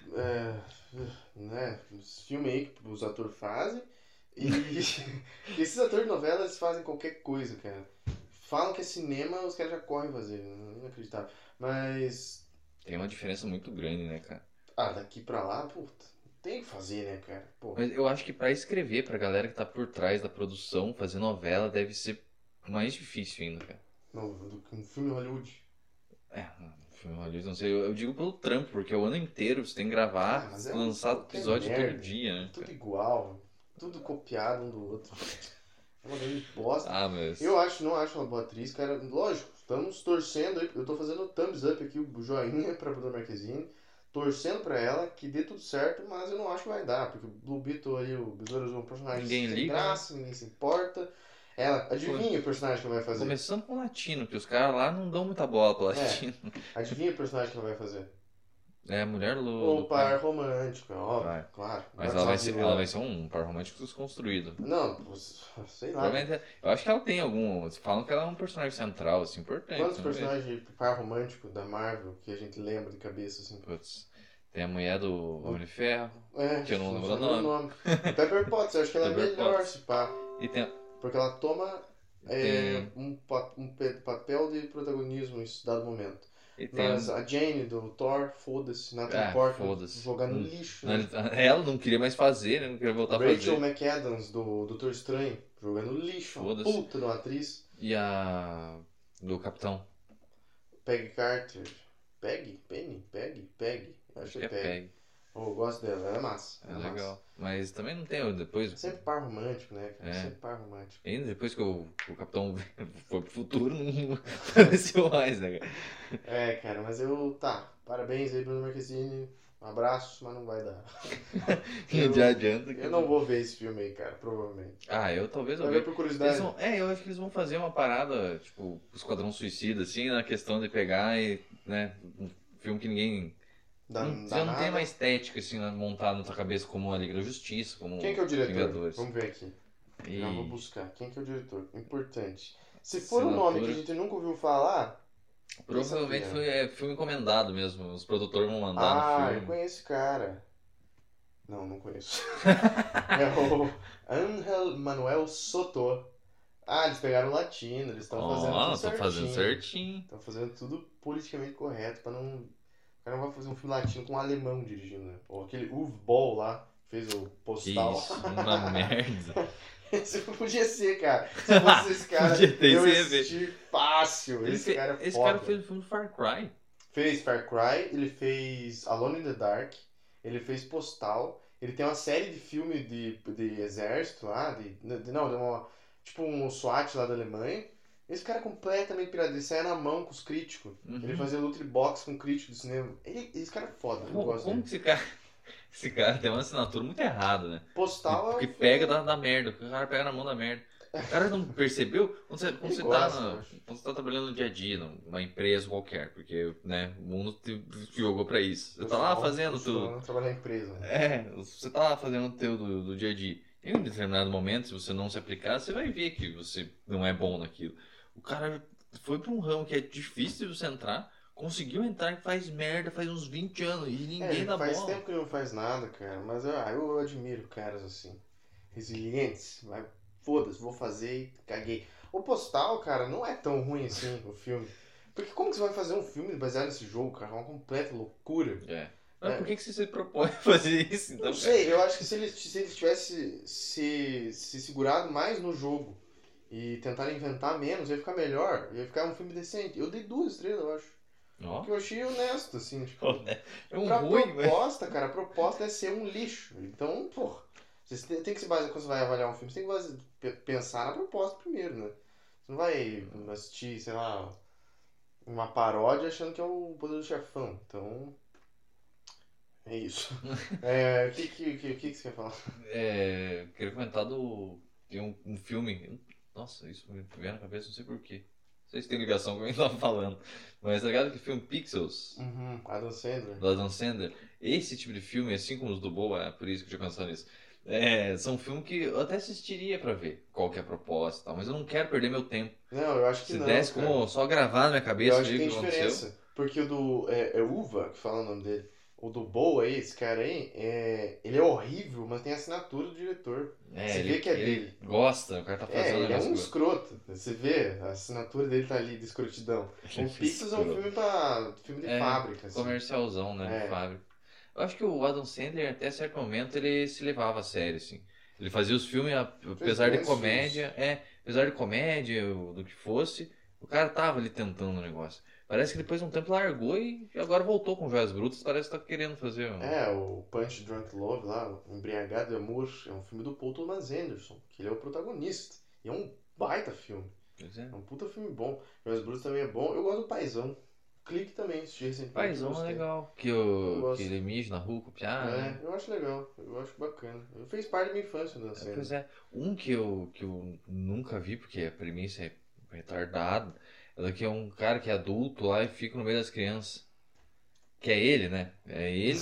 né? Os filmes aí que os atores fazem. E esses atores de novela, eles fazem qualquer coisa, cara. Falam que é cinema, os caras já correm fazer. Inacreditável. Mas, Tem uma diferença muito grande, né, cara? daqui pra lá, puta, tem que fazer, né, cara? Pô, Mas eu acho que pra escrever, pra galera que tá por trás da produção, fazer novela deve ser mais difícil ainda, cara. do que um filme Hollywood. Filme Hollywood, não sei, eu digo pelo trampo, porque é o ano inteiro você tem que gravar, Mas é lançar qualquer episódio merda. todo dia, né? Tudo Cara? igual, tudo copiado um do outro. É uma grande bosta. Mas. Eu não acho ela boa atriz, cara. Lógico, estamos torcendo aí. Eu tô fazendo o thumbs up aqui, o joinha pra Bruna Marquezine. Torcendo pra ela que dê tudo certo, mas eu não acho que vai dar. Porque o Blue Beetle aí, o Besouro Azul, é um personagem Ninguém sem liga, graça, ninguém se importa. Ela, adivinha o personagem que ela vai fazer? Começando com o latino, que os caras lá não dão muita bola pro latino. Adivinha o personagem que ela vai fazer? É a mulher O do par cara. romântico, é óbvio, Vai. claro. Mas Não ela vilã. vai ser um par romântico desconstruído. Não, sei lá. Provavelmente, eu acho que ela tem algum. Falam que ela é um personagem central, assim, importante. Quantos vamos ver. personagens de par romântico da Marvel que a gente lembra de cabeça, assim? Putz, tem a mulher do Homem de Ferro. É, Que eu não lembro só o lembro nome. O Pepper Potts, eu acho que ela é Pepper melhor, Potts. se pá. E tem. Porque ela toma Tem- papel de protagonismo em dado momento. E tem Mas a Jane do Thor, foda-se, Natalie Ah, Portman, foda-se. jogar no lixo. Não, Né? ela não queria mais fazer, né? Não queria voltar a Rachel fazer. McAdams do Doutor Estranho, jogando no lixo. Uma Foda-se. puta de uma atriz. E a. Do Capitão. Peggy Carter. Peggy. Acho que é Peg. Eu gosto dela, ela é massa. É ela massa. legal. Mas também não tem. Depois. Sempre par romântico, né, cara? É. Sempre par romântico. Ainda depois que o Capitão foi pro futuro, não apareceu mais, né, cara? É, cara, mas Tá, parabéns aí, Bruno Marquezine. Um abraço, mas não vai dar. Já adianta que. Eu não vou ver esse filme aí, cara, provavelmente. Eu talvez eu Vai ver veja. por curiosidade. Eu acho que eles vão fazer uma parada, tipo, o Esquadrão Suicida, assim, na questão de pegar e, né, um filme que ninguém. Dá já não nada. tem uma estética, assim, montado na tua cabeça como a Liga da Justiça, como Quem que é o diretor? Vingadores. Vamos ver aqui. E... Já vou buscar. Quem que é o diretor? Importante. Se for um nome que a Assinatura. gente nunca ouviu falar, Provavelmente foi filme encomendado mesmo. Os produtores vão mandar no Ah, eu filme. conheço esse cara. Não conheço. É o Ángel Manuel Soto. Ah, eles pegaram o latino, eles estão fazendo tudo Ó, tô fazendo certinho. certinho. Estão fazendo tudo politicamente correto pra não. O cara não vai fazer um filme latino com um alemão dirigindo, né? Ou aquele Uwe Boll lá, que fez o Que Postal. isso, uma merda. Esse podia ser, cara. Se fosse esse cara, Podia ter, eu você ia ia ver. assistir fácil. Esse cara é Esse foda. cara fez o filme Far Cry. Fez Far Cry, ele fez Alone in the Dark, ele fez Postal, ele tem uma série de filme de exército lá, não, de uma, tipo um SWAT lá da Alemanha. Esse cara é completamente pirado, ele saia na mão com os críticos. Ele Uhum. fazia luta de boxe com críticos do cinema. Esse cara é foda, eu gosto Como dele. que esse cara tem uma assinatura muito errada, né? Postal Porque é um pega filme- da merda, o cara pega na mão da merda. O cara não percebeu? Quando Ele você gosta, eu acho. quando você tá trabalhando no dia a dia, numa empresa qualquer, porque né, o mundo te jogou pra isso. Você tá lá fazendo tudo. Trabalhar em empresa. Né? Você tá lá fazendo o teu do dia a dia. Em um determinado momento, se você não se aplicar, você vai ver que você não é bom naquilo. O cara foi pra um ramo que é difícil de você entrar, conseguiu entrar e faz merda faz uns 20 anos e ninguém Ele dá faz bola. tempo que ele não faz nada, cara, mas eu admiro caras assim, resilientes, mas foda-se, vou fazer e caguei. O Postal, cara, não é tão ruim assim o filme. Porque como que você vai fazer um filme baseado nesse jogo, cara? É uma completa loucura. É. Mas É. por que você se propõe a fazer isso? Então, Não sei, eu acho que se ele tivesse se segurado mais no jogo e tentar inventar menos, ia ficar melhor, ia ficar um filme decente. Eu dei 2 estrelas, eu acho. Ó, Porque eu achei honesto, assim, tipo. é um Pra ruim, mas... proposta, cara, a proposta é ser um lixo. Então, porra, você tem que se basear, quando você vai avaliar um filme, você tem que pensar na proposta primeiro, né? Você não vai assistir, sei lá, uma paródia achando que é o Poder do Chefão. Então, é isso. O que você quer falar? Queria comentar tem um filme. Nossa, isso me veio na cabeça, não sei porquê. Não sei se tem ligação com o que eu tava falando. Mas tá ligado que o filme Pixels, Adam Sandler. do Adam Sandler, esse tipo de filme, assim como os do Boa, é por isso que eu tinha pensado nisso. São filmes que eu até assistiria pra ver qual que é a proposta e tal, mas eu não quero perder meu tempo. Não, eu acho que Se não, desse cara. como só gravar na minha Eu cabeça acho ver que o tem que aconteceu. diferença. Porque o do. É Uva, que fala o nome dele. O do Boa aí, esse cara aí, ele é horrível, mas tem a assinatura do diretor. Você vê que é ele dele. gosta, o cara tá fazendo Ele é um negócio. escroto. Você vê, a assinatura dele tá ali de escrotidão. Ele O é Pixels é um escroto. filme de fábrica. Assim. Comercialzão, né, de É. fábrica. Eu acho que o Adam Sandler, até certo momento, ele se levava a sério, assim. Ele fazia os filmes, apesar de grandes comédia, apesar de comédia, do que fosse, o cara tava ali tentando o negócio. Parece que depois de um tempo largou e agora voltou com Joias Brutas, parece que tá querendo fazer um... O Punch Drunk Love lá, o Embriagado de Amor, é um filme do Paul Thomas Anderson, que ele é o protagonista. E é um baita filme. Pois é. É um puta filme bom. Joias Brutas também é bom. Eu gosto do Paizão. Clique também, assisti recentemente. Paizão é gostei. legal, Eu gosto. que ele mija na rua com o piá, né? Eu acho legal, eu acho bacana. Fez parte da minha infância dançando. Pois é, um que eu nunca vi, porque a premissa é retardada, é daqui é um cara que é adulto lá e fica no meio das crianças. Que é ele, né? É ele.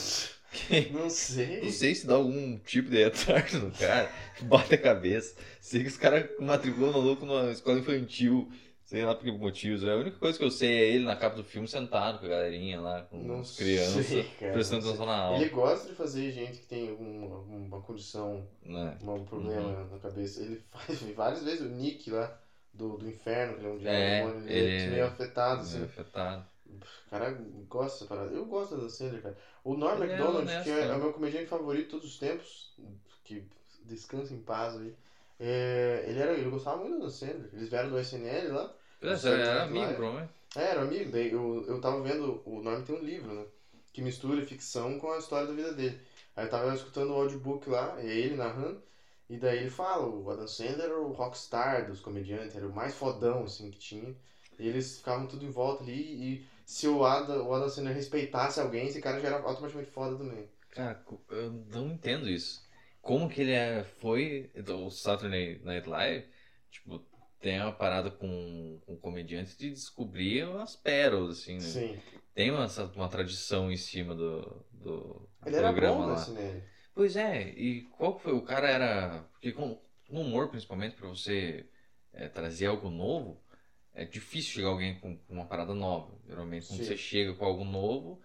Não sei. Não sei se dá algum tipo de retardo no cara, bate a cabeça. Sei que os caras matriculam maluco numa escola infantil, sei lá por que motivos. A única coisa que eu sei é ele na capa do filme sentado com a galerinha lá, com Não as crianças, sei, cara, prestando não sei. atenção na aula. Ele gosta de fazer gente que tem uma condição, Né? um problema na cabeça. Ele faz várias vezes o Nick lá do inferno, que ele é um diabo, ele é meio afetado, assim. Afetado. O cara gosta dessa parada. Eu gosto da Dan Sandler, cara. O Norm Ele é MacDonald, honesto, que é né? o meu comediante favorito de todos os tempos, que descansa em paz aí. Ele gostava muito da Dan Sandler. Eles vieram do SNL lá. Pois do é, Saturday era Night amigo, Live. provavelmente. Era amigo. Daí eu tava vendo, o Norm tem um livro, né? Que mistura ficção com a história da vida dele. Aí eu tava escutando o audiobook lá, é ele narrando. E daí ele fala, o Adam Sandler era o rockstar dos comediantes, era o mais fodão, assim, que tinha. E eles ficavam tudo em volta ali e se o Adam Sandler respeitasse alguém, esse cara já era automaticamente foda também. Cara, eu não entendo isso. Como que ele foi o Saturday Night Live, tipo, tem uma parada com comediantes de descobrir umas pérolas, assim, né? Sim. Tem uma tradição em cima do Ele era programa bom lá. nesse nele. Pois é, e qual que foi? O cara era... Porque no humor, principalmente, pra você trazer algo novo, é difícil chegar alguém com uma parada nova. Geralmente, quando Sim. você chega com algo novo,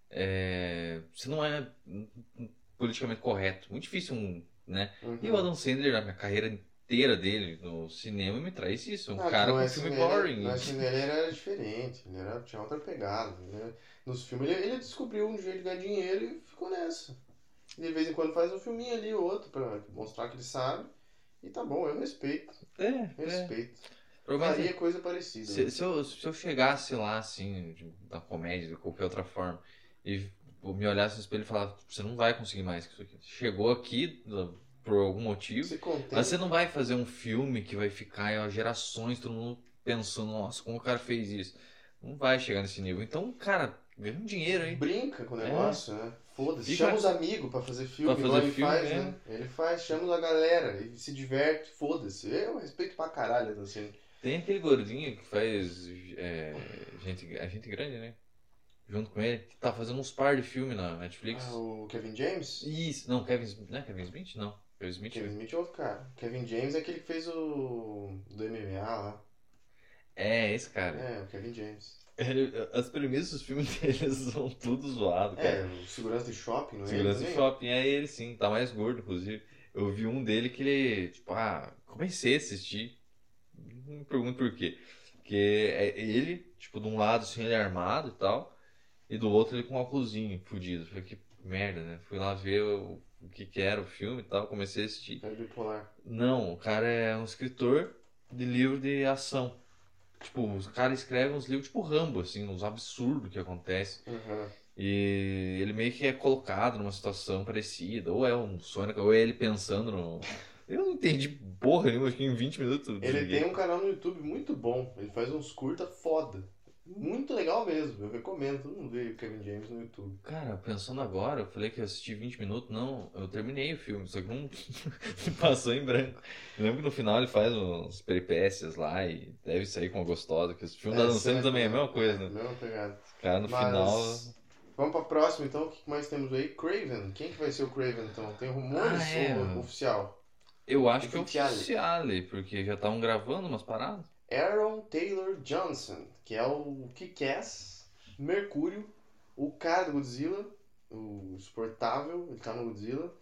você não é politicamente correto. Muito difícil, né? E o Uhum. Adam Sandler, a minha carreira inteira dele no cinema, me traz isso. Um Ah, que cara no com S filme nele, boring. no S nele ele era diferente, tinha outra pegada. Nos filmes ele descobriu um jeito de ganhar dinheiro e ficou nessa. E de vez em quando faz um filminho ali ou outro pra mostrar que ele sabe. E tá bom, eu respeito. Respeito. Provavelmente, Faria coisa parecida. se eu chegasse lá, assim, da comédia, de qualquer outra forma, e me olhasse no espelho e falasse, você não vai conseguir mais que isso aqui. Você chegou aqui por algum motivo, Se contenta. mas você não vai fazer um filme que vai ficar ó, gerações, todo mundo pensando, nossa, como o cara fez isso. Não vai chegar nesse nível. Então, cara, ganha um dinheiro aí. Brinca com o negócio, né? Foda-se. Fica- Chama os amigos pra fazer filme, Pra igual fazer ele filme, faz, né? Ele faz, chama a galera e se diverte, foda-se. Eu respeito pra caralho, assim. Tem aquele gordinho que faz a gente grande, né? Junto com ele, que tá fazendo uns par de filme na Netflix. Ah, o Kevin James? Isso, não, Kevin Smith, não é Kevin Smith? Não, Kevin Smith. Kevin Smith é outro cara. Kevin James é aquele que fez o do MMA lá. Esse cara. O Kevin James. As premissas dos filmes dele são tudo zoado, cara. O segurança de shopping, não é? Segurança ele de também? Shopping, é ele sim, tá mais gordo, inclusive. Eu vi um dele que ele, tipo, comecei a assistir. Não me pergunto por quê. Porque é ele, tipo, de um lado assim, ele é armado e tal, e do outro ele com um óculosinho fudido. Falei, que merda, né? Fui lá ver o que era o filme e tal, comecei a assistir. É bipolar. Não, o cara é um escritor de livro de ação. Tipo, os caras escrevem uns livros tipo Rambo, assim, uns absurdos que acontecem. Uhum. E ele meio que é colocado numa situação parecida. Ou é um sonho, ou é ele pensando no. Eu não entendi porra nenhuma, acho que em 20 minutos eu Ele desliguei. tem um canal no YouTube muito bom. Ele faz uns curta foda. Muito legal mesmo. Eu recomendo. Todo mundo vê o Kevin James no YouTube. Cara, pensando agora, eu falei que eu assisti 20 minutos, não, eu terminei o filme, só que não passou em branco. Eu lembro que no final ele faz uns peripécias lá e deve sair com uma gostosa, que esse filme da Dan Sandler também é a mesma coisa, né? Mesma pegada. Cara, no Mas- final. Vamos pra próxima então. O que mais temos aí? Craven. Quem que vai ser o Craven então? Tem rumores ou oficial? Eu acho que é Oficiale. oficiale, porque já estavam gravando umas paradas. Aaron Taylor Johnson, que é o Kick-Ass, Mercúrio, o cara do Godzilla, o insuportável, ele tá no Godzilla.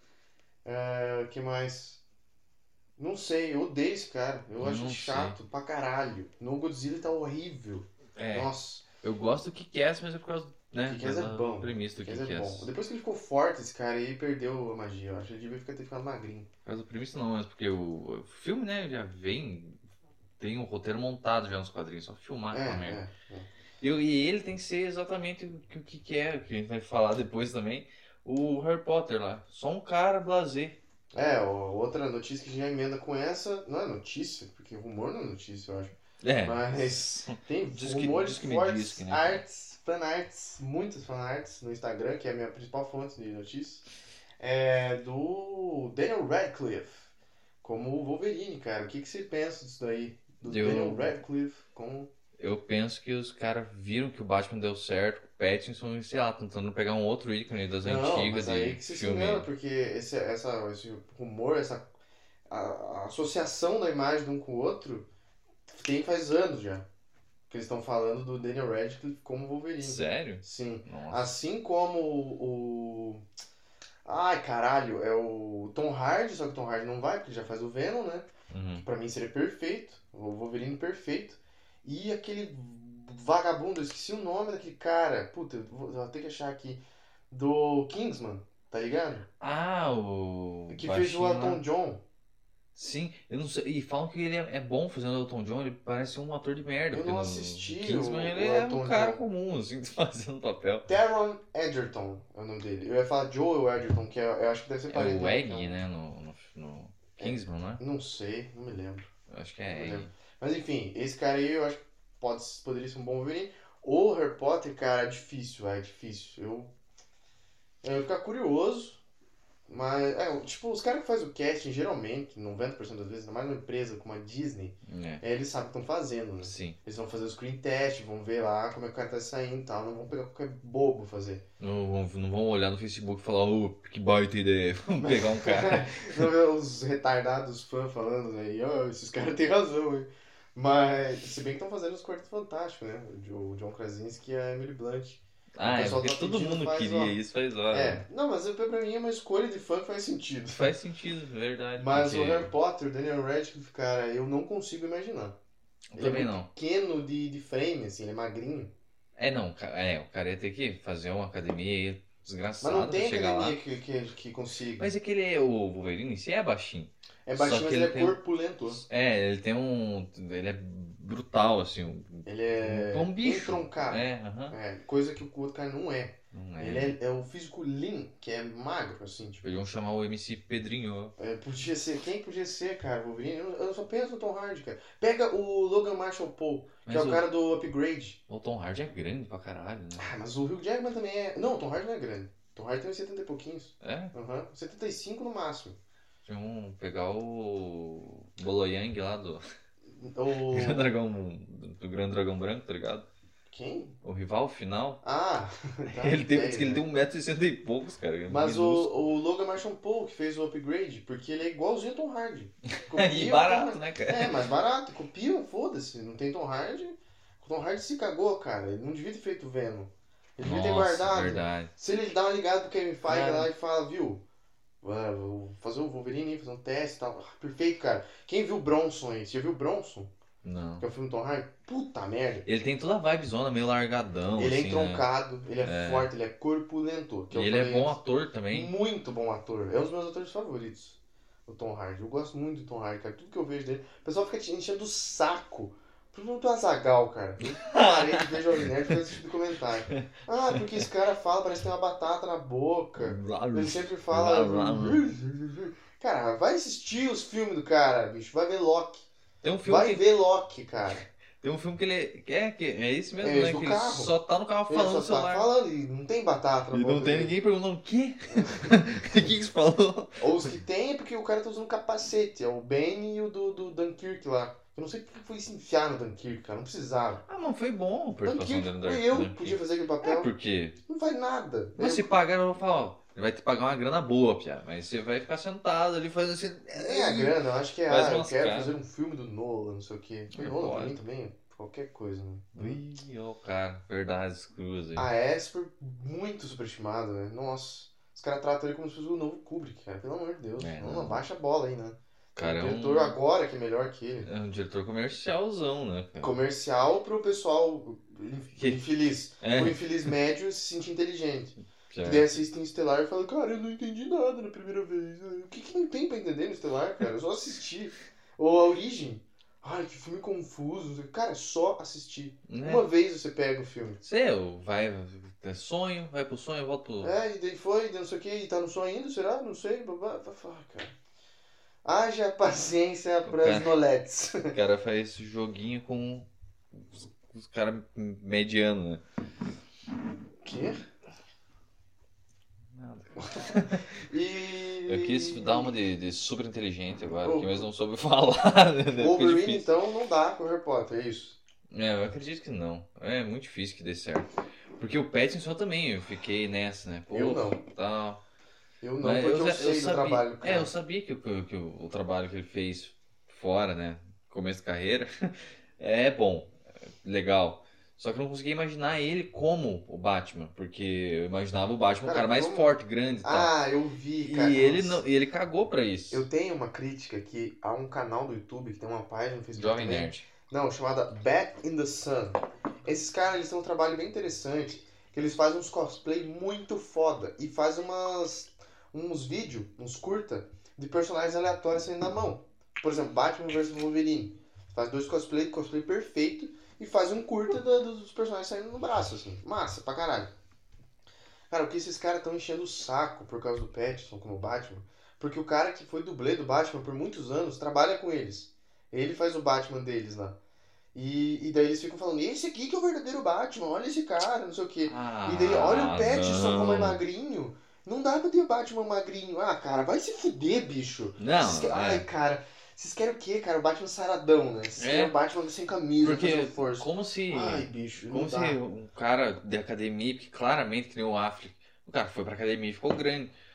Que mais? Não sei, eu odeio esse cara. Eu acho Não chato pra caralho. No Godzilla ele tá horrível. Nossa, Eu gosto do Kick-Ass, mas é por causa, né, Kick-Ass é da bom. premissa do Kick-Ass é Kick-Ass. bom. Depois que ele ficou forte, esse cara aí perdeu a magia. Eu acho que ele devia ter ficado magrinho. Por causa da premissa não, mas porque o filme, né, já tem um roteiro montado já nos quadrinhos, só filmar aquela merda. E ele tem que ser exatamente o que é, que a gente vai falar depois também, o Harry Potter lá. Só um cara blasé. Outra notícia que já emenda com essa, não é notícia, porque rumor não é notícia, eu acho. É. Mas tem Diz que- rumores diz que me fortes, diz que, né? fanarts, muitas fanarts no Instagram, que é a minha principal fonte de notícias, do Daniel Radcliffe como o Wolverine, cara. O que você pensa disso daí? Do Daniel Radcliffe com... Eu penso que os caras viram que o Batman deu certo, o Pattinson, e sei lá, tentando pegar um outro ícone das antigas mas aí de que você se filme. engana, porque esse rumor, a associação da imagem de um com o outro tem faz anos já. Que eles estão falando do Daniel Radcliffe como Wolverine. Sério? Sim. Nossa. Assim como o... Ai, caralho, é o Tom Hardy, só que o Tom Hardy não vai, porque ele já faz o Venom, né? Uhum. Que pra mim seria perfeito, o Wolverine perfeito. E aquele vagabundo, eu esqueci o nome daquele cara, puta, eu vou ter que achar aqui, do Kingsman, tá ligado? O... Que fez o baixinho lá. Elton John. Sim, eu não sei. E falam que ele é bom fazendo o Elton John, ele parece um ator de merda. Eu porque não no assisti Kingsman o ele é Elton um cara John. comum, assim, fazendo papel. Taron Egerton é o nome dele. Eu ia falar Joel Egerton, que eu acho que deve ser É parente o dele, Egg, que é um- né, no Kingsman, né? Não sei, não me lembro. Eu acho que Não é Egg. lembro. Mas enfim, esse cara aí eu acho que poderia ser um bom Wolverine. O Harry Potter, cara, é difícil, é difícil. Eu ia ficar curioso, mas, tipo, os caras que fazem o casting, geralmente, 90% das vezes, ainda mais numa empresa como a Disney, eles sabem o que estão fazendo, né? Sim. Eles vão fazer o screen test, vão ver lá como é que o cara tá saindo e tal, não vão pegar qualquer bobo fazer. Não vão olhar no Facebook e falar, que baita ideia, vamos pegar um cara. Não ver os retardados fãs falando aí, esses caras têm razão, hein? Mas, se bem que estão fazendo os Quarteto Fantástico, né? O John Krasinski e a Emily Blunt. Ah, é pessoal porque tá todo pedindo, mundo faz, queria ó. isso faz hora. Não, mas pra mim é uma escolha de fã que faz sentido. Faz sentido, verdade. Mas porque... o Harry Potter, o Daniel Radcliffe, cara, eu não consigo imaginar. Ele é Também muito não. pequeno de frame, assim, ele é magrinho. O cara ia ter que fazer uma academia Mas desgraçada não pra tem chegar lá. academia que consiga. Mas é que ele é, o Wolverine em si é baixinho. É Só baixinho, que mas ele é tem corpulento. ele tem um. Ele é brutal, assim. Ele é Um bicho. entroncado. Aham. Coisa que o outro cara não é. Não é. Ele é o físico lean, que é magro, assim, tipo. Podiam chamar o MC Pedrinho. Podia ser. Quem podia ser, cara? Wolverine? Eu só penso no Tom Hardy, cara. Pega o Logan Marshall Poe, que Mas é o cara do Upgrade. O Tom Hardy é grande pra caralho, né? Ah, mas o Hugh Jackman também é. Não, o Tom Hardy não é grande. O Tom Hardy tem uns 70 e pouquinhos. É? 75 no máximo. Tinham pegar o Boloyang lá do O. do Grande Dragão Branco, tá ligado? Quem? O rival final. Ah, tá, Diz que ele tem 1,60m e poucos, cara. É Mas minúsculo. o Logan Marshall Poe, que fez o Upgrade, porque ele é igualzinho ao Tom Hardy. E barato, né, cara? Mais barato. Copiam, foda-se. Não tem Tom Hardy. O Tom Hardy se cagou, cara. Ele não devia ter feito Venom. Ele devia ter guardado. Verdade. Se ele dá uma ligada pro Kevin Feige lá e fala, viu? Vou fazer o Wolverine, fazer um teste e tal. Ah, perfeito, cara. Quem viu Bronson aí? Você já viu Bronson? Não. Que é o filme do Tom Hardy? Puta merda. Ele tem toda a vibezona meio largadão, Ele é assim, entroncado, ele é forte, ele é corpulento. E ele é bom ator também. Muito bom ator. É um dos meus atores favoritos, o Tom Hardy. Eu gosto muito do Tom Hardy, cara. Tudo que eu vejo dele. O pessoal fica te enchendo o saco. Principalmente o Azaghal, cara. Eu parei de ver Jovem Nerd e fazer esse tipo de comentário. Ah, porque esse cara fala, parece que tem uma batata na boca. Ele sempre fala. Cara, vai assistir os filmes do cara, bicho. Vai ver Loki. Tem um filme ver Loki, cara. Tem um filme que ele. É esse mesmo, É né? esse do Que carro. ele só tá no carro Ele falando só no celular. tá falando e não tem batata na E boca não tem dele. ninguém perguntando o quê? O que você falou? Ou os que tem é porque o cara tá usando capacete. É o Ben e o do Dunkirk lá. Eu não sei porque foi se enfiar no Dunkirk, cara. Não precisava. Ah, não foi bom a participação Dunkirk, dele no eu Dunkirk. podia fazer aquele papel. Por quê? Não faz nada. Mas se pagar, eu vou falar, ó. Ele vai te pagar uma grana boa, Pia. Mas você vai ficar sentado ali fazendo assim. Nem a grana, eu acho que é. Faz Eu umas quero caras. fazer um filme do Nolan, não sei o quê. O Nolan pra mim também, qualquer coisa, né? Ih, ó, cara, verdades cruas aí. Ah, é muito superestimado, né? Nossa. Os caras tratam ele como se fosse o novo Kubrick, cara. Pelo amor de Deus. Não baixa a bola aí, né? Cara, o diretor agora que é melhor que ele. É um diretor comercialzão, né, cara? Comercial pro pessoal infeliz. É. O infeliz médio se sentir inteligente. Já. Que daí assiste em Estelar e fala, cara, eu não entendi nada na primeira vez. O que não tem pra entender no Estelar, cara? Eu só assisti. Ou A Origem. Ai, que filme confuso. Cara, é só assistir. Uma vez você pega o filme. É sonho, vai pro sonho, volta pro... E daí foi, daí não sei o que, e tá no sonho ainda, será? Não sei. Cara. Haja paciência pras noletes. O cara faz esse joguinho com os caras medianos, né? Quê? Nada. Eu quis dar uma de super inteligente agora, que mas não soube falar. Né? Wolverine, então, não dá com o Harry Potter, é isso? Eu acredito que não. É muito difícil que dê certo. Porque o Pattinson também, eu fiquei nessa, né? Pô, eu não. Tal. Eu não, porque eu sei do trabalho. Cara. Eu sabia que o trabalho que ele fez fora, né? Começo de carreira, é bom, legal. Só que eu não conseguia imaginar ele como o Batman, porque eu imaginava o Batman um cara mais forte, grande e tal. Ah, eu vi, cara. E ele cagou pra isso. Eu tenho uma crítica que há um canal do YouTube que tem uma página no Facebook Jovem também, Nerd. Não, chamada Bat in the Sun. Esses caras, eles têm um trabalho bem interessante, que eles fazem uns cosplay muito foda e fazem uns vídeos, uns curta, de personagens aleatórios saindo na mão. Por exemplo, Batman vs Wolverine. Faz 2 cosplay perfeito, e faz um curta dos personagens saindo no braço, assim. Massa pra caralho. Cara, o que esses caras estão enchendo o saco por causa do Pattinson como Batman? Porque o cara que foi dublê do Batman por muitos anos trabalha com eles. Ele faz o Batman deles lá. E daí eles ficam falando, esse aqui que é o verdadeiro Batman, olha esse cara, não sei o quê. E daí, olha o Pattinson como é magrinho. Não dá pra ter o Batman magrinho. Ah, cara, vai se fuder, bicho. Ai, cara, vocês querem o quê, cara? O Batman saradão, né? Vocês querem o Batman sem camisa, porque força. Como se... Ai, bicho, como se um cara de academia, que claramente que nem o Affleck, o cara foi pra academia e ficou grande.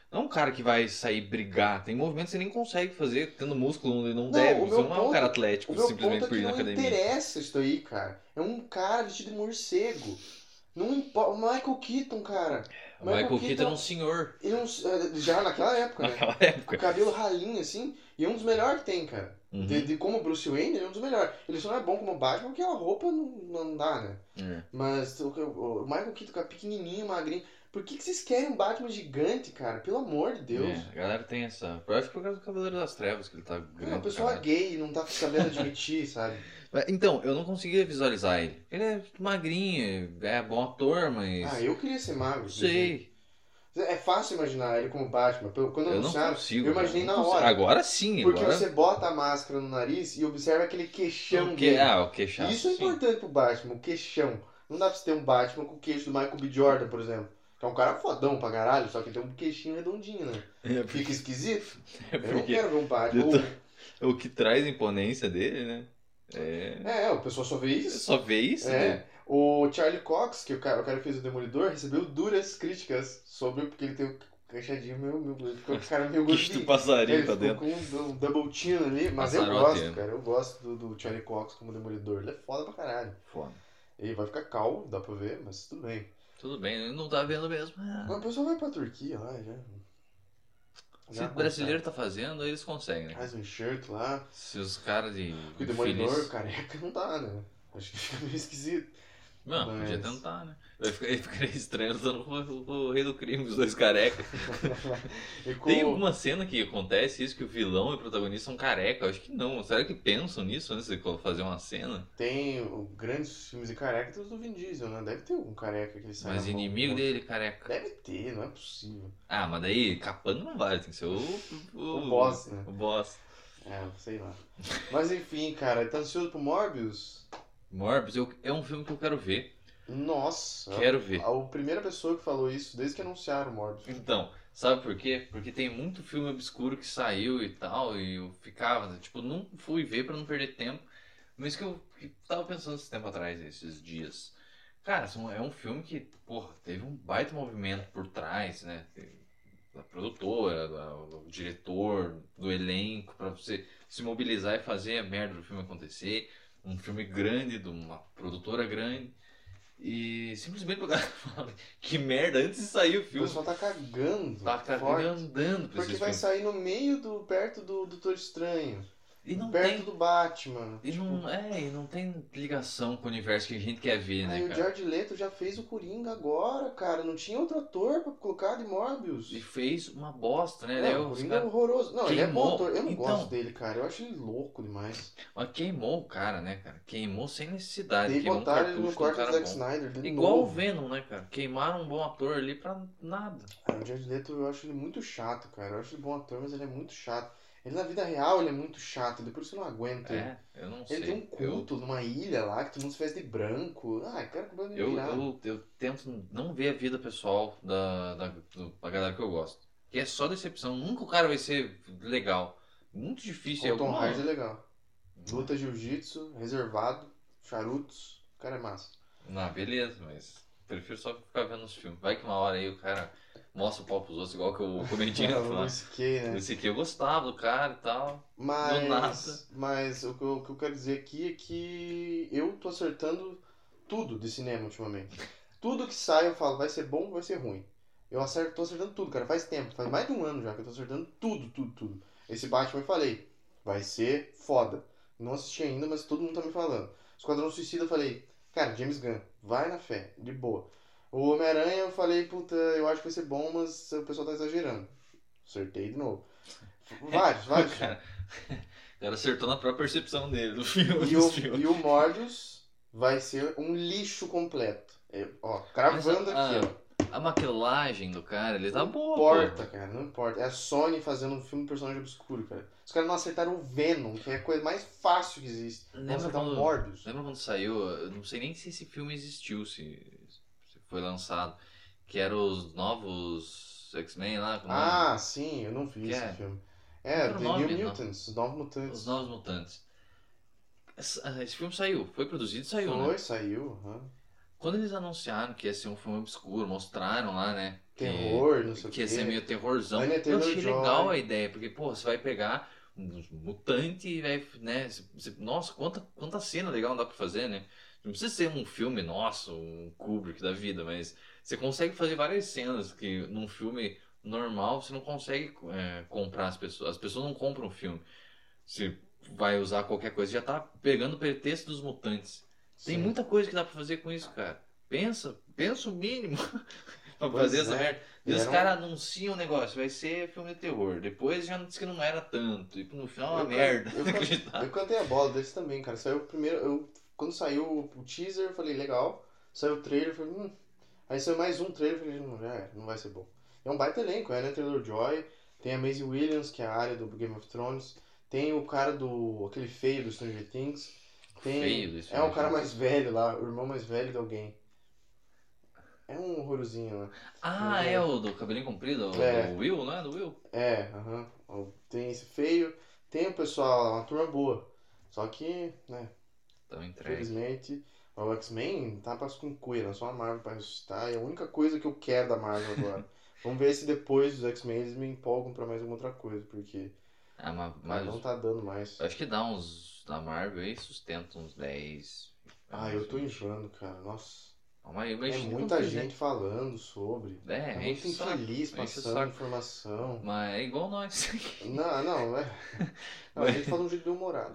não é um cara que vai sair brigar. Tem movimentos que você nem consegue fazer tendo músculo onde não Não, deve. o Você meu não é um ponto- cara O atlético meu simplesmente ponto é por que ir na não academia. interessa isso aí, cara. É um cara vestido de morcego. Não importa. O Michael Keaton, cara. O Michael Keaton era um senhor Ele é já naquela época, né? naquela Com o época. cabelo ralinho, assim. E é um dos melhores que tem, cara. Uhum. De como Bruce Wayne, ele é um dos melhores. Ele só não é bom como Batman porque a roupa não dá, né? É. Mas o Michael Keaton, cara, pequenininho, magrinho. Por que vocês querem um Batman gigante, cara? Pelo amor de Deus. É, a galera tem essa. Eu acho que por causa do Cavaleiro das Trevas, que ele tá grande. Não, o pessoal é caralho. gay e não tá sabendo admitir, sabe? Então, eu não conseguia visualizar ele. Ele é magrinho, é bom ator, mas. Ah, eu queria ser magro. Não sei. É fácil imaginar ele como Batman. Quando Eu não anunciaram, consigo. eu imaginei cara, na não consigo. hora. Agora sim, Porque agora. você bota a máscara no nariz e observa aquele queixão O dele. Ah, o queixaço. E isso é sim. importante pro Batman, o queixão. Não dá pra você ter um Batman com o queixo do Michael B. Jordan, por exemplo. Que é um cara fodão pra caralho, só que tem um queixinho redondinho, né? É porque, Fica esquisito. é Eu não porque quero ver um Batman. o que traz a imponência dele, né? O pessoal só vê Você isso. só vê isso, É. né? O Charlie Cox, que o cara que fez o Demolidor, recebeu duras críticas sobre porque ele tem o queixadinho ele ficou com o cara meio Queixo do gordinho. passarinho Ele pra ficou dentro. com um double chin ali, mas eu Passarote, gosto, é. cara. Eu gosto do Charlie Cox como Demolidor. Ele é foda pra caralho. Foda. Ele vai ficar calvo, dá pra ver, mas tudo bem. Tudo bem, ele não tá vendo mesmo. Mas o pessoal vai pra Turquia lá já. Se o brasileiro tá fazendo, eles conseguem, né? Faz um enxerto lá. Se os caras de. Porque o Demolidor infeliz- careca não dá, né? Acho que fica meio esquisito. Não, Mas- podia tentar, né? Ele ficaria estranho usando o rei do crime, os dois carecas. E com- Tem alguma cena que acontece isso, que o vilão e o protagonista são careca? Eu acho que não. Será que pensam nisso antes de fazer uma cena? Tem grandes filmes de careca do Vin Diesel, né? Deve ter algum careca que ele sai Mas na mão. inimigo dele, careca. Deve ter, não é possível. Ah, mas daí capanga não vale, tem que ser O boss, né? O boss. É, sei lá. Mas enfim, cara, tá ansioso pro Morbius? Morbius é um filme que eu quero ver. Nossa. Quero ver. A primeira pessoa que falou isso desde que anunciaram o Morbius. Então, sabe por quê? Porque tem muito filme obscuro que saiu e tal, e eu ficava, tipo, não fui ver pra não perder tempo. Mas que tava pensando esse tempo atrás, esses dias. Cara, é um filme que, porra, teve um baita movimento por trás, né? Da produtora, do diretor, do elenco, pra você se mobilizar e fazer a merda do filme acontecer. Um filme grande, de uma produtora grande. E simplesmente o cara fala que merda antes de sair o O filme. pessoal tá cagando. Tá forte. andando pra Porque esses vai filmes. sair no meio perto do Doutor Estranho. E não perto tem. do Batman. E não tem ligação com o universo que a gente quer ver, Aí né, o cara? Jared Leto já fez o Coringa agora, cara. Não tinha outro ator pra colocar de Morbius. E fez uma bosta, né? Não, Daí o os Coringa é caras- horroroso. Não, ele é bom queimou. ator. Eu não Então. gosto dele, cara. Eu acho ele louco demais. Mas queimou o cara, né, cara? Queimou sem necessidade. Daí Queimou um botaram ele no cartucho de um quarto do cara Zack bom. Snyder. De Igual o novo. Venom, né, cara? Queimaram um bom ator ali pra nada. Ah, o Jared Leto eu acho ele muito chato, cara. Eu acho ele bom ator, mas ele é muito chato. Ele na vida real ele é muito chato. Depois você não aguenta ele. É, eu não sei. Ele tem um culto numa ilha lá que todo mundo se faz de branco. Ah, cara, com Eu, eu tento não ver a vida pessoal da galera que eu gosto. Que é só decepção. Nunca o cara vai ser legal. Muito difícil. O Tom alguma- Hardy é legal. Luta jiu-jitsu, reservado, charutos. O cara é massa. Não, beleza, mas prefiro só ficar vendo os filmes. Vai que uma hora aí o cara mostra o pau pros outros, igual que eu comentei O lá. Luis C.K., né? Esse aqui eu gostava do cara e tal. Do nada. Mas o que eu quero dizer aqui é que eu tô acertando tudo de cinema ultimamente. Tudo que sai eu falo, vai ser bom, vai ser ruim. Tô acertando tudo, cara. Faz tempo, faz mais de um ano já que eu tô acertando tudo. Esse Batman eu falei, vai ser foda. Não assisti ainda, mas todo mundo tá me falando. Esquadrão Suicida eu falei, cara, James Gunn, vai na fé, de boa. O Homem-Aranha eu falei, puta, eu acho que vai ser bom, mas o pessoal tá exagerando. Acertei de novo. Vários. O cara acertou na própria percepção dele do filme. E dos filmes. o Morbius vai ser um lixo completo. Ó, cravando Mas, aqui, ó. A maquilagem do cara, ele tá Não boa. importa, pô. cara, não importa. É a Sony fazendo um filme de personagem obscuro, cara. Os caras não acertaram o Venom, que é a coisa mais fácil que existe. Vão Lembra acertar o quando- Morbius. Lembra quando saiu? Eu não sei nem se esse filme existiu, se foi lançado. Que eram os novos X-Men lá. como é? Ah, sim, eu não vi Que esse é? filme. Qual É, era o The nome, New não? Mutants, os Novos Mutantes. Os Novos Mutantes. Esse filme saiu, foi produzido e saiu, né? Foi, saiu. aham. Quando eles anunciaram que ia ser um filme obscuro, mostraram lá, né? Terror, não sei o que ia quê. ser meio terrorzão. Anya Eu achei Taylor-Joy. legal a ideia, porque, pô, você vai pegar um mutante e vai, né? Nossa, quanta cena legal dá pra fazer, né? Não precisa ser um filme, nossa, um Kubrick da vida, mas você consegue fazer várias cenas que num filme normal você não consegue comprar as pessoas. As pessoas não compram o filme. Você vai usar qualquer coisa, já tá pegando o pretexto dos mutantes. Tem Sim. muita coisa que dá pra fazer com isso, cara. Pensa o mínimo pra Pois fazer essa é. merda. E E os era um- caras anunciam o negócio, vai ser filme de terror. Depois já disse que não era tanto. E no final é uma merda. Eu cantei a bola desse também, cara. Saiu o primeiro. Quando saiu o teaser, eu falei, legal. Saiu o trailer, eu falei. Aí saiu mais um trailer, eu falei, não vai ser bom. É um baita elenco, é Anya Taylor-Joy, tem a Maisie Williams, que é a área do Game of Thrones, tem o cara aquele feio do Stranger Things, Feio tem. desse É o filme. cara mais velho lá, o irmão mais velho de alguém. É um horrorzinho lá. Ah, é o do cabelinho comprido, É. do Will, não é? Do Will? Aham. Tem esse feio, tem o pessoal lá, uma turma boa. Só que, né, Então entregue. infelizmente, o X-Men tá pra com cuia, só a Marvel pra ressuscitar. É a única coisa que eu quero da Marvel agora. Vamos ver se depois dos X-Men eles me empolgam pra mais alguma outra coisa, porque Ah, cara, não tá dando mais. acho que dá uns. Na Marvel aí sustenta uns 10. Eu tô enjoando, cara. Nossa. É muita gente falando sobre. É muito infeliz passando informação. Mas é igual nós. Não, não, é. Não, a gente fala de um jeito bem humorado.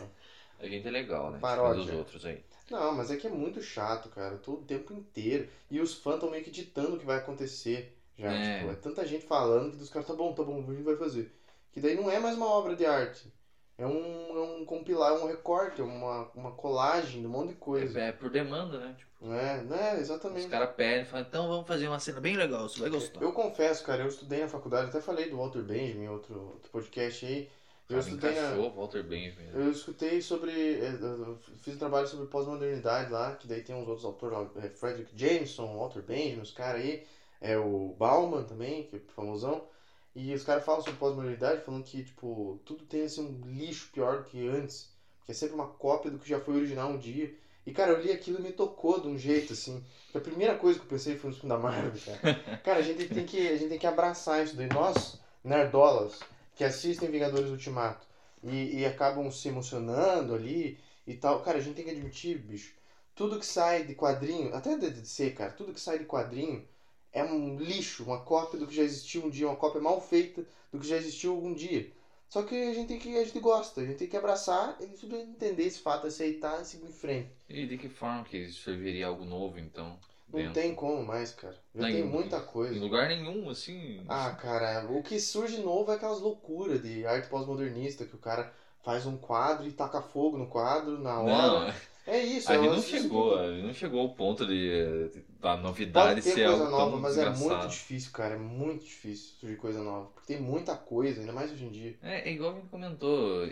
A gente é legal, né? Paródia. Dos outros aí. Não, mas é que é muito chato, cara. Todo o tempo inteiro. E os fãs estão meio que ditando o que vai acontecer. Já, tipo, é tanta gente falando que dos caras, tá bom, a gente vai fazer. Que daí não é mais uma obra de arte. É um compilar, um recorte, uma colagem de um monte de coisa. É por demanda, né? Tipo, Exatamente. os caras pedem e falam, então vamos fazer uma cena bem legal, você vai gostar. Eu confesso, cara, eu estudei na faculdade, até falei do Walter Benjamin, outro podcast aí. Eu estudei Walter Benjamin. Eu escutei sobre. Eu fiz um trabalho sobre pós-modernidade lá, que daí tem uns outros autores lá, Frederick Jameson, Walter Benjamin, os caras aí, o Bauman também, que é famosão. E os caras falam sobre pós-modernidade, falando que, tipo, tudo tem assim, um lixo pior do que antes, que é sempre uma cópia do que já foi original um dia. E, cara, eu li aquilo e me tocou de um jeito, assim. Que a primeira coisa que eu pensei foi no filme da Marvel, cara. Cara, a gente tem que abraçar isso daí. Nós, nerdolas, que assistem Vingadores Ultimato, e acabam se emocionando ali e tal. Cara, a gente tem que admitir, bicho, tudo que sai de quadrinho, até de DC, cara, tudo que sai de quadrinho é um lixo, uma cópia do que já existiu um dia, uma cópia mal feita do que já existiu algum dia. Só que a gente gosta, a gente tem que abraçar e entender esse fato, aceitar e seguir em frente. E de que forma que serviria algo novo, então? Não tem como mais, cara. Já tem muita coisa. Em lugar nenhum, assim. Ah, cara, o que surge novo é aquelas loucuras de arte pós-modernista, que o cara faz um quadro e taca fogo no quadro na hora. Não, É isso. ele não chegou ao ponto da novidade Pode ter ser coisa algo nova, tão mas desgraçado. é muito difícil, cara. É muito difícil surgir coisa nova. Porque tem muita coisa, ainda mais hoje em dia. É igual a gente comentou,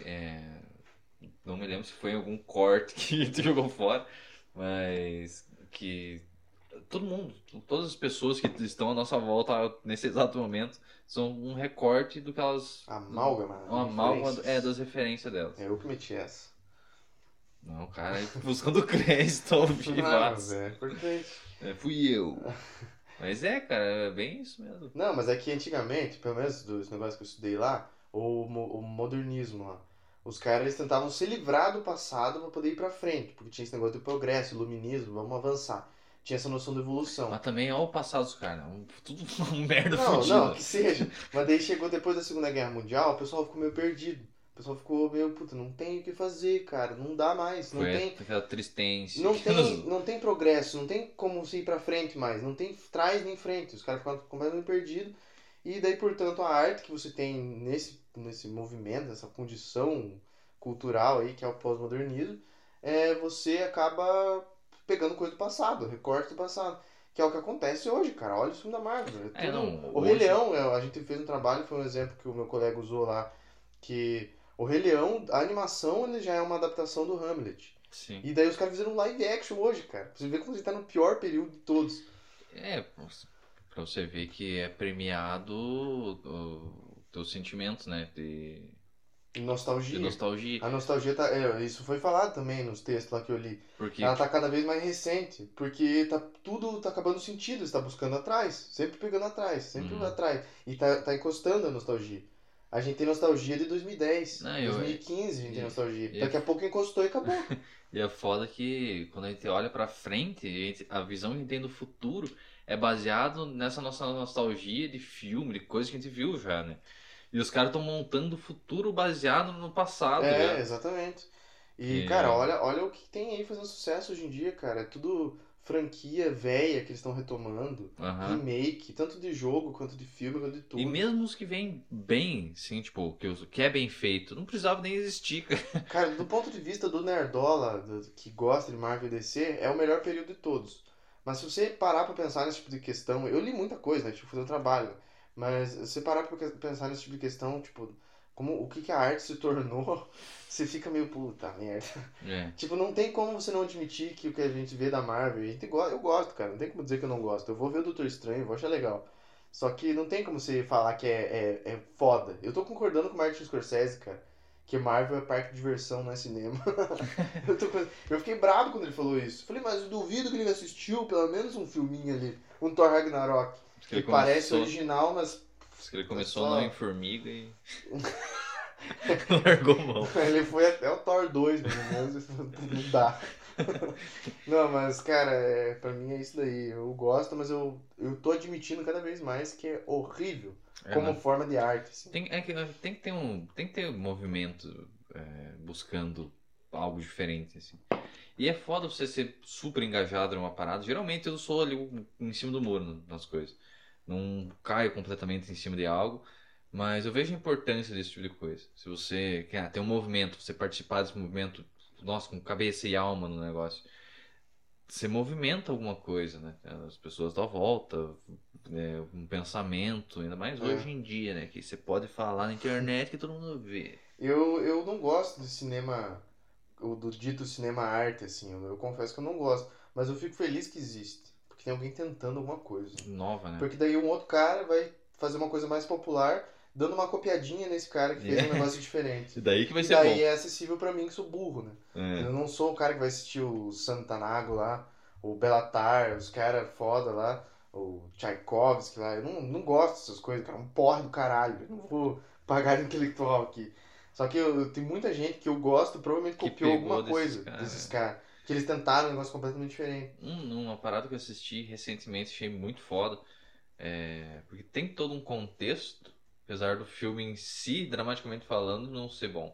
não me lembro se foi em algum corte que tu jogou fora, mas que todo mundo, todas as pessoas que estão à nossa volta nesse exato momento são um recorte do que elas... Amálgama. Uma amálgama das referências delas. É eu que meti essa. Não, cara, buscando crédito ao Mas é importante. Fui eu. Mas cara, é bem isso mesmo. Não, mas é que antigamente, pelo menos dos negócios que eu estudei lá, o modernismo lá, os caras eles tentavam se livrar do passado para poder ir pra frente, porque tinha esse negócio do progresso, iluminismo, vamos avançar. Tinha essa noção de evolução. Mas também olha o passado dos caras, tudo uma merda Não, fodida. não, que seja. Mas daí chegou depois da Segunda Guerra Mundial, o pessoal ficou meio perdido. O pessoal ficou meio, puta, não tem o que fazer, cara, não dá mais. Não tem aquela tristência. Não tem progresso, não tem como se ir pra frente mais, não tem trás nem frente. Os caras ficam completamente perdidos. E daí, portanto, a arte que você tem nesse movimento, nessa condição cultural aí, que é o pós-modernismo, você acaba pegando coisa do passado, recorte do passado. Que é o que acontece hoje, cara. Olha o filme da Marvel. O Rei Leão, a gente fez um trabalho, foi um exemplo que o meu colega usou lá, que o Rei Leão, a animação, ele já é uma adaptação do Hamlet. Sim. E daí os caras fizeram um live action hoje, cara. Pra você ver como você tá no pior período de todos. Pra você ver que é premiado os teus sentimentos, né? E de nostalgia. nostalgia. A nostalgia tá. Isso foi falado também nos textos lá que eu li. Porque, Ela tá cada vez mais recente. Porque tudo tá acabando sentido. Você tá buscando atrás. Sempre pegando atrás. Sempre atrás. E tá encostando a nostalgia. A gente tem nostalgia de 2010. não, 2015 a gente tem nostalgia. e, Daqui a pouco encostou e acabou. e é foda que quando a gente olha pra frente, a visão que a gente tem do futuro é baseado nessa nossa nostalgia de filme, de coisa que a gente viu já, né? E os caras estão montando o futuro baseado no passado, já. Exatamente. E, cara, E, olha o que tem aí fazendo sucesso hoje em dia, cara. É tudo franquia velha que eles estão retomando. aham. Remake, tanto de jogo, quanto de filme, quanto de E tudo. mesmo os que vêm bem, assim, tipo, que é bem feito, não precisava nem existir, cara. Cara, do ponto de vista do nerdola, que gosta de Marvel e DC, é o melhor período de todos. Mas se você parar pra pensar nesse tipo de questão, eu li muita coisa, né? Tipo, fazer o trabalho. Mas se você parar pra pensar nesse tipo de questão, tipo, como o que que a arte se tornou, você fica meio puta merda. É. Tipo, não tem como você não admitir que o que a gente vê da Marvel, eu gosto, cara, não tem como dizer que eu não gosto. Eu vou ver o Doutor Estranho, vou achar legal. Só que não tem como você falar que é foda. Eu tô concordando com o Martin Scorsese, cara, que Marvel é parque de diversão, não é cinema. Eu fiquei bravo quando ele falou isso. Falei, mas eu duvido que ele assistiu pelo menos um filminho ali, um Thor Ragnarok, Diz que que ele parece começou, original, mas diz que ele começou só- não em Formiga e largou mão. ele foi até o Thor 2, pelo menos, não dá. Não, mas, cara, pra mim é isso daí. Eu gosto, mas eu tô admitindo cada vez mais que é horrível como Né? forma de arte. Assim. Tem que ter um movimento buscando algo diferente, assim. E é foda você ser super engajado numa parada. Geralmente eu sou ali em cima do muro nas coisas. Não caio completamente em cima de algo, mas eu vejo a importância desse tipo de coisa. Se você quer ter um movimento, você participar desse movimento, nossa, com cabeça e alma no negócio, você movimenta alguma coisa, né? As pessoas dão volta, um pensamento, ainda mais É. hoje em dia, né? Que você pode falar na internet que todo mundo vê. Eu não gosto de cinema, do dito cinema arte, assim. Eu confesso que eu não gosto. Mas eu fico feliz que existe. Porque tem alguém tentando alguma coisa. Nova, né? Porque daí um outro cara vai fazer uma coisa mais popular, dando uma copiadinha nesse cara que fez um negócio diferente. E daí que vai E ser daí bom. é acessível pra mim que sou burro, né? É. Eu não sou o cara que vai assistir o Santanago lá, o Belatar, os caras foda lá, o Tchaikovsky lá. Eu não gosto dessas coisas, cara. É um porre do caralho. Eu não vou pagar de intelectual aqui. Só que tem muita gente que eu gosto, provavelmente Que copiou pegou alguma coisa cara. desses caras. Que eles tentaram um negócio completamente diferente. Uma parada que eu assisti recentemente, achei muito foda. Porque tem todo um contexto, apesar do filme em si, dramaticamente falando, não ser bom.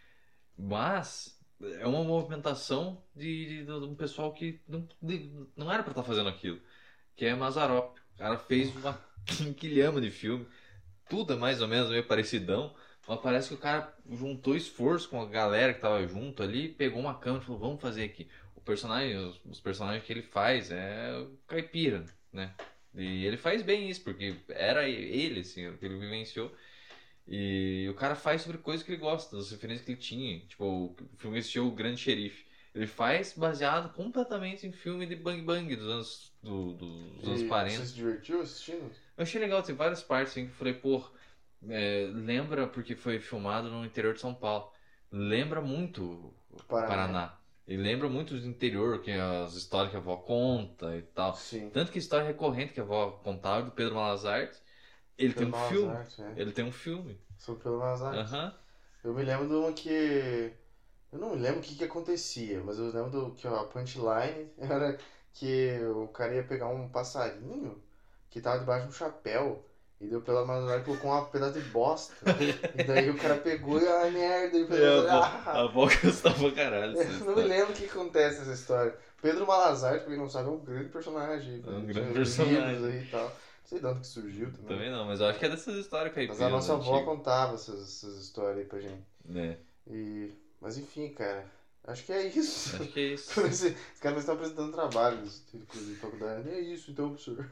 Mas é uma movimentação de um pessoal que não era pra estar fazendo aquilo. Que é Mazarop. O cara fez uma quinquilhama de filme. Tudo é mais ou menos meio parecidão. Mas parece que o cara juntou esforço com a galera que tava junto ali, pegou uma câmera e falou, vamos fazer aqui. Os personagens que ele faz é o caipira, né? E ele faz bem isso, porque era ele, assim, o que ele vivenciou. E o cara faz sobre coisas que ele gosta, das referências que ele tinha. Tipo, o filme assistiu O Grande Xerife. Ele faz baseado completamente em filme de Bang Bang dos anos E 40. você se divertiu assistindo? Eu achei legal, tem várias partes assim, que eu falei, pô, lembra porque foi filmado no interior de São Paulo. Lembra muito o Paraná. E lembra muito do interior, que as histórias que a avó conta e tal. Sim. Tanto que a história recorrente que a avó contava do Pedro Malazarte, ele tem um Pelas filme. artes, é. Ele tem um filme. Sou pelas artes. Aham. Eu me lembro de uma que. Eu não me lembro o que que acontecia, mas eu lembro que a punchline era que o cara ia pegar um passarinho que tava debaixo de um chapéu e deu pela Mazarop e colocou um pedaço de bosta. E daí o cara pegou e, ai merda, e fez, A avó gostava pra caralho. dessa Eu não me história. lembro o que acontece nessa história. Pedro Malazarte, pra quem não sabe, é um grande personagem. É um Tinha grande livros personagem. aí e tal. Não sei de onde que surgiu também. Também não, mas eu acho que é dessas histórias Mas caipiras a nossa avó antigas. contava essas histórias aí pra gente. Né? Mas enfim, cara. Acho que é isso. Acho que é isso. Os caras estão apresentando trabalhos de faculdade. É isso, então, professor.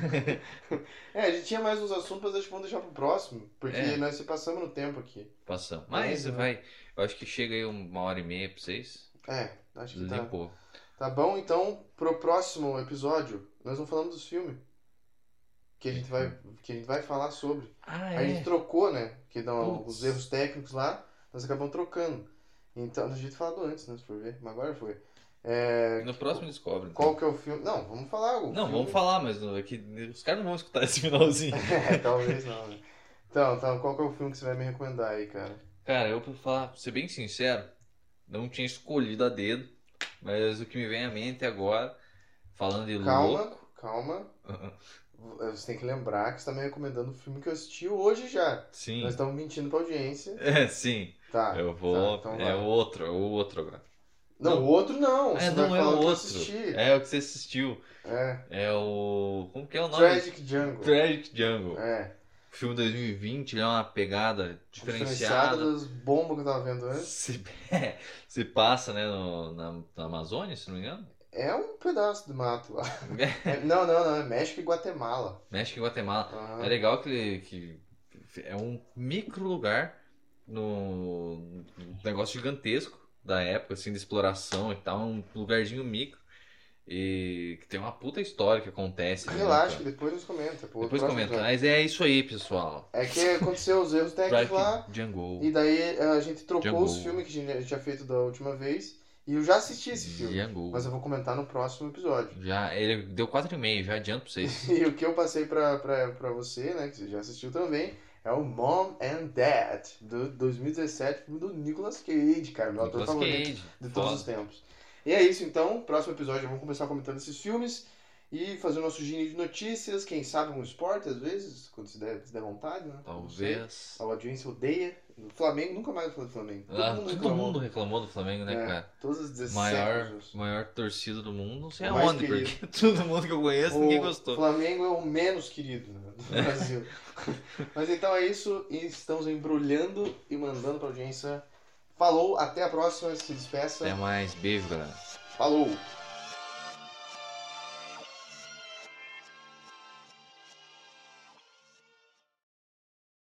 A gente tinha mais uns assuntos, mas acho que vamos deixar pro próximo. Porque É. nós se passamos no tempo aqui. Passamos. Mas né? vai. Eu acho que chega aí 1h30 pra vocês. Acho que tá. Limpou. Tá bom, então, pro próximo episódio, nós vamos falando dos filmes. Que a gente vai falar sobre. Ah, A gente trocou, né? Que dão Putz. os erros técnicos lá. nós acabamos trocando. Então, do jeito falado antes, né? Se for ver, mas agora foi. No próximo descobre. Então. Qual que é o filme? Não, vamos falar. Não, vamos falar, mas aqui, os caras não vão escutar esse finalzinho. Talvez não, né? Então, qual que é o filme que você vai me recomendar aí, cara? Cara, eu pra falar, pra ser bem sincero, não tinha escolhido a dedo, mas o que me vem à mente agora, falando de louco... Calma. Você tem que lembrar que você tá me recomendando um filme que eu assisti hoje já. Sim. Nós estamos mentindo pra audiência. Sim. Tá. Eu vou... Então é vai. o outro agora. Não, o outro não. Você não vai é falar o o que eu outro. assisti. É o que você assistiu. É. É o... Como que é o nome? Tragic Jungle. Tragic Jungle. É. O filme 2020, ele é uma pegada Diferenciada diferenciada. das bombas que eu tava vendo antes. Se passa, né, na Amazônia, se não me engano. É um pedaço do mato lá. Não. É México e Guatemala. México e Guatemala. Uhum. É legal que é um micro lugar no negócio gigantesco da época, assim, de exploração e tal. Um lugarzinho micro. E que tem uma puta história que acontece. Relaxa, né, que depois nos comenta. Pô, depois próximo comenta. episódio. Mas é isso aí, pessoal. É que aconteceu os erros técnicos lá. Tragic Jungle. E daí a gente trocou Jungle. os filmes que a gente tinha feito da última vez. E eu já assisti esse filme. Jungle. Mas eu vou comentar no próximo episódio. Já, ele deu 4,5, já adianto pra vocês. E o que eu passei pra você, né, que você já assistiu também, é o Mom and Dad, do 2017, filme do Nicolas Cage, cara, meu ator Nicolas favorito Cage. de todos Foda. os tempos. E é isso então, próximo episódio vamos começar comentando esses filmes e fazer o nosso giro de notícias, quem sabe um esporte às vezes, quando se der vontade, né? Não sei. Talvez. A audiência odeia. O Flamengo, nunca mais falou do Flamengo. Todo mundo reclamou do Flamengo, né, É, cara? todas as 17 Maior torcida do mundo, não sei O mais aonde, querido. porque todo mundo que eu conheço, ninguém O gostou. Flamengo é o menos querido, né, do Brasil. Mas então é isso, e estamos embrulhando e mandando pra audiência. Falou, até a próxima, se despeça. Até mais, beijo, galera. Falou!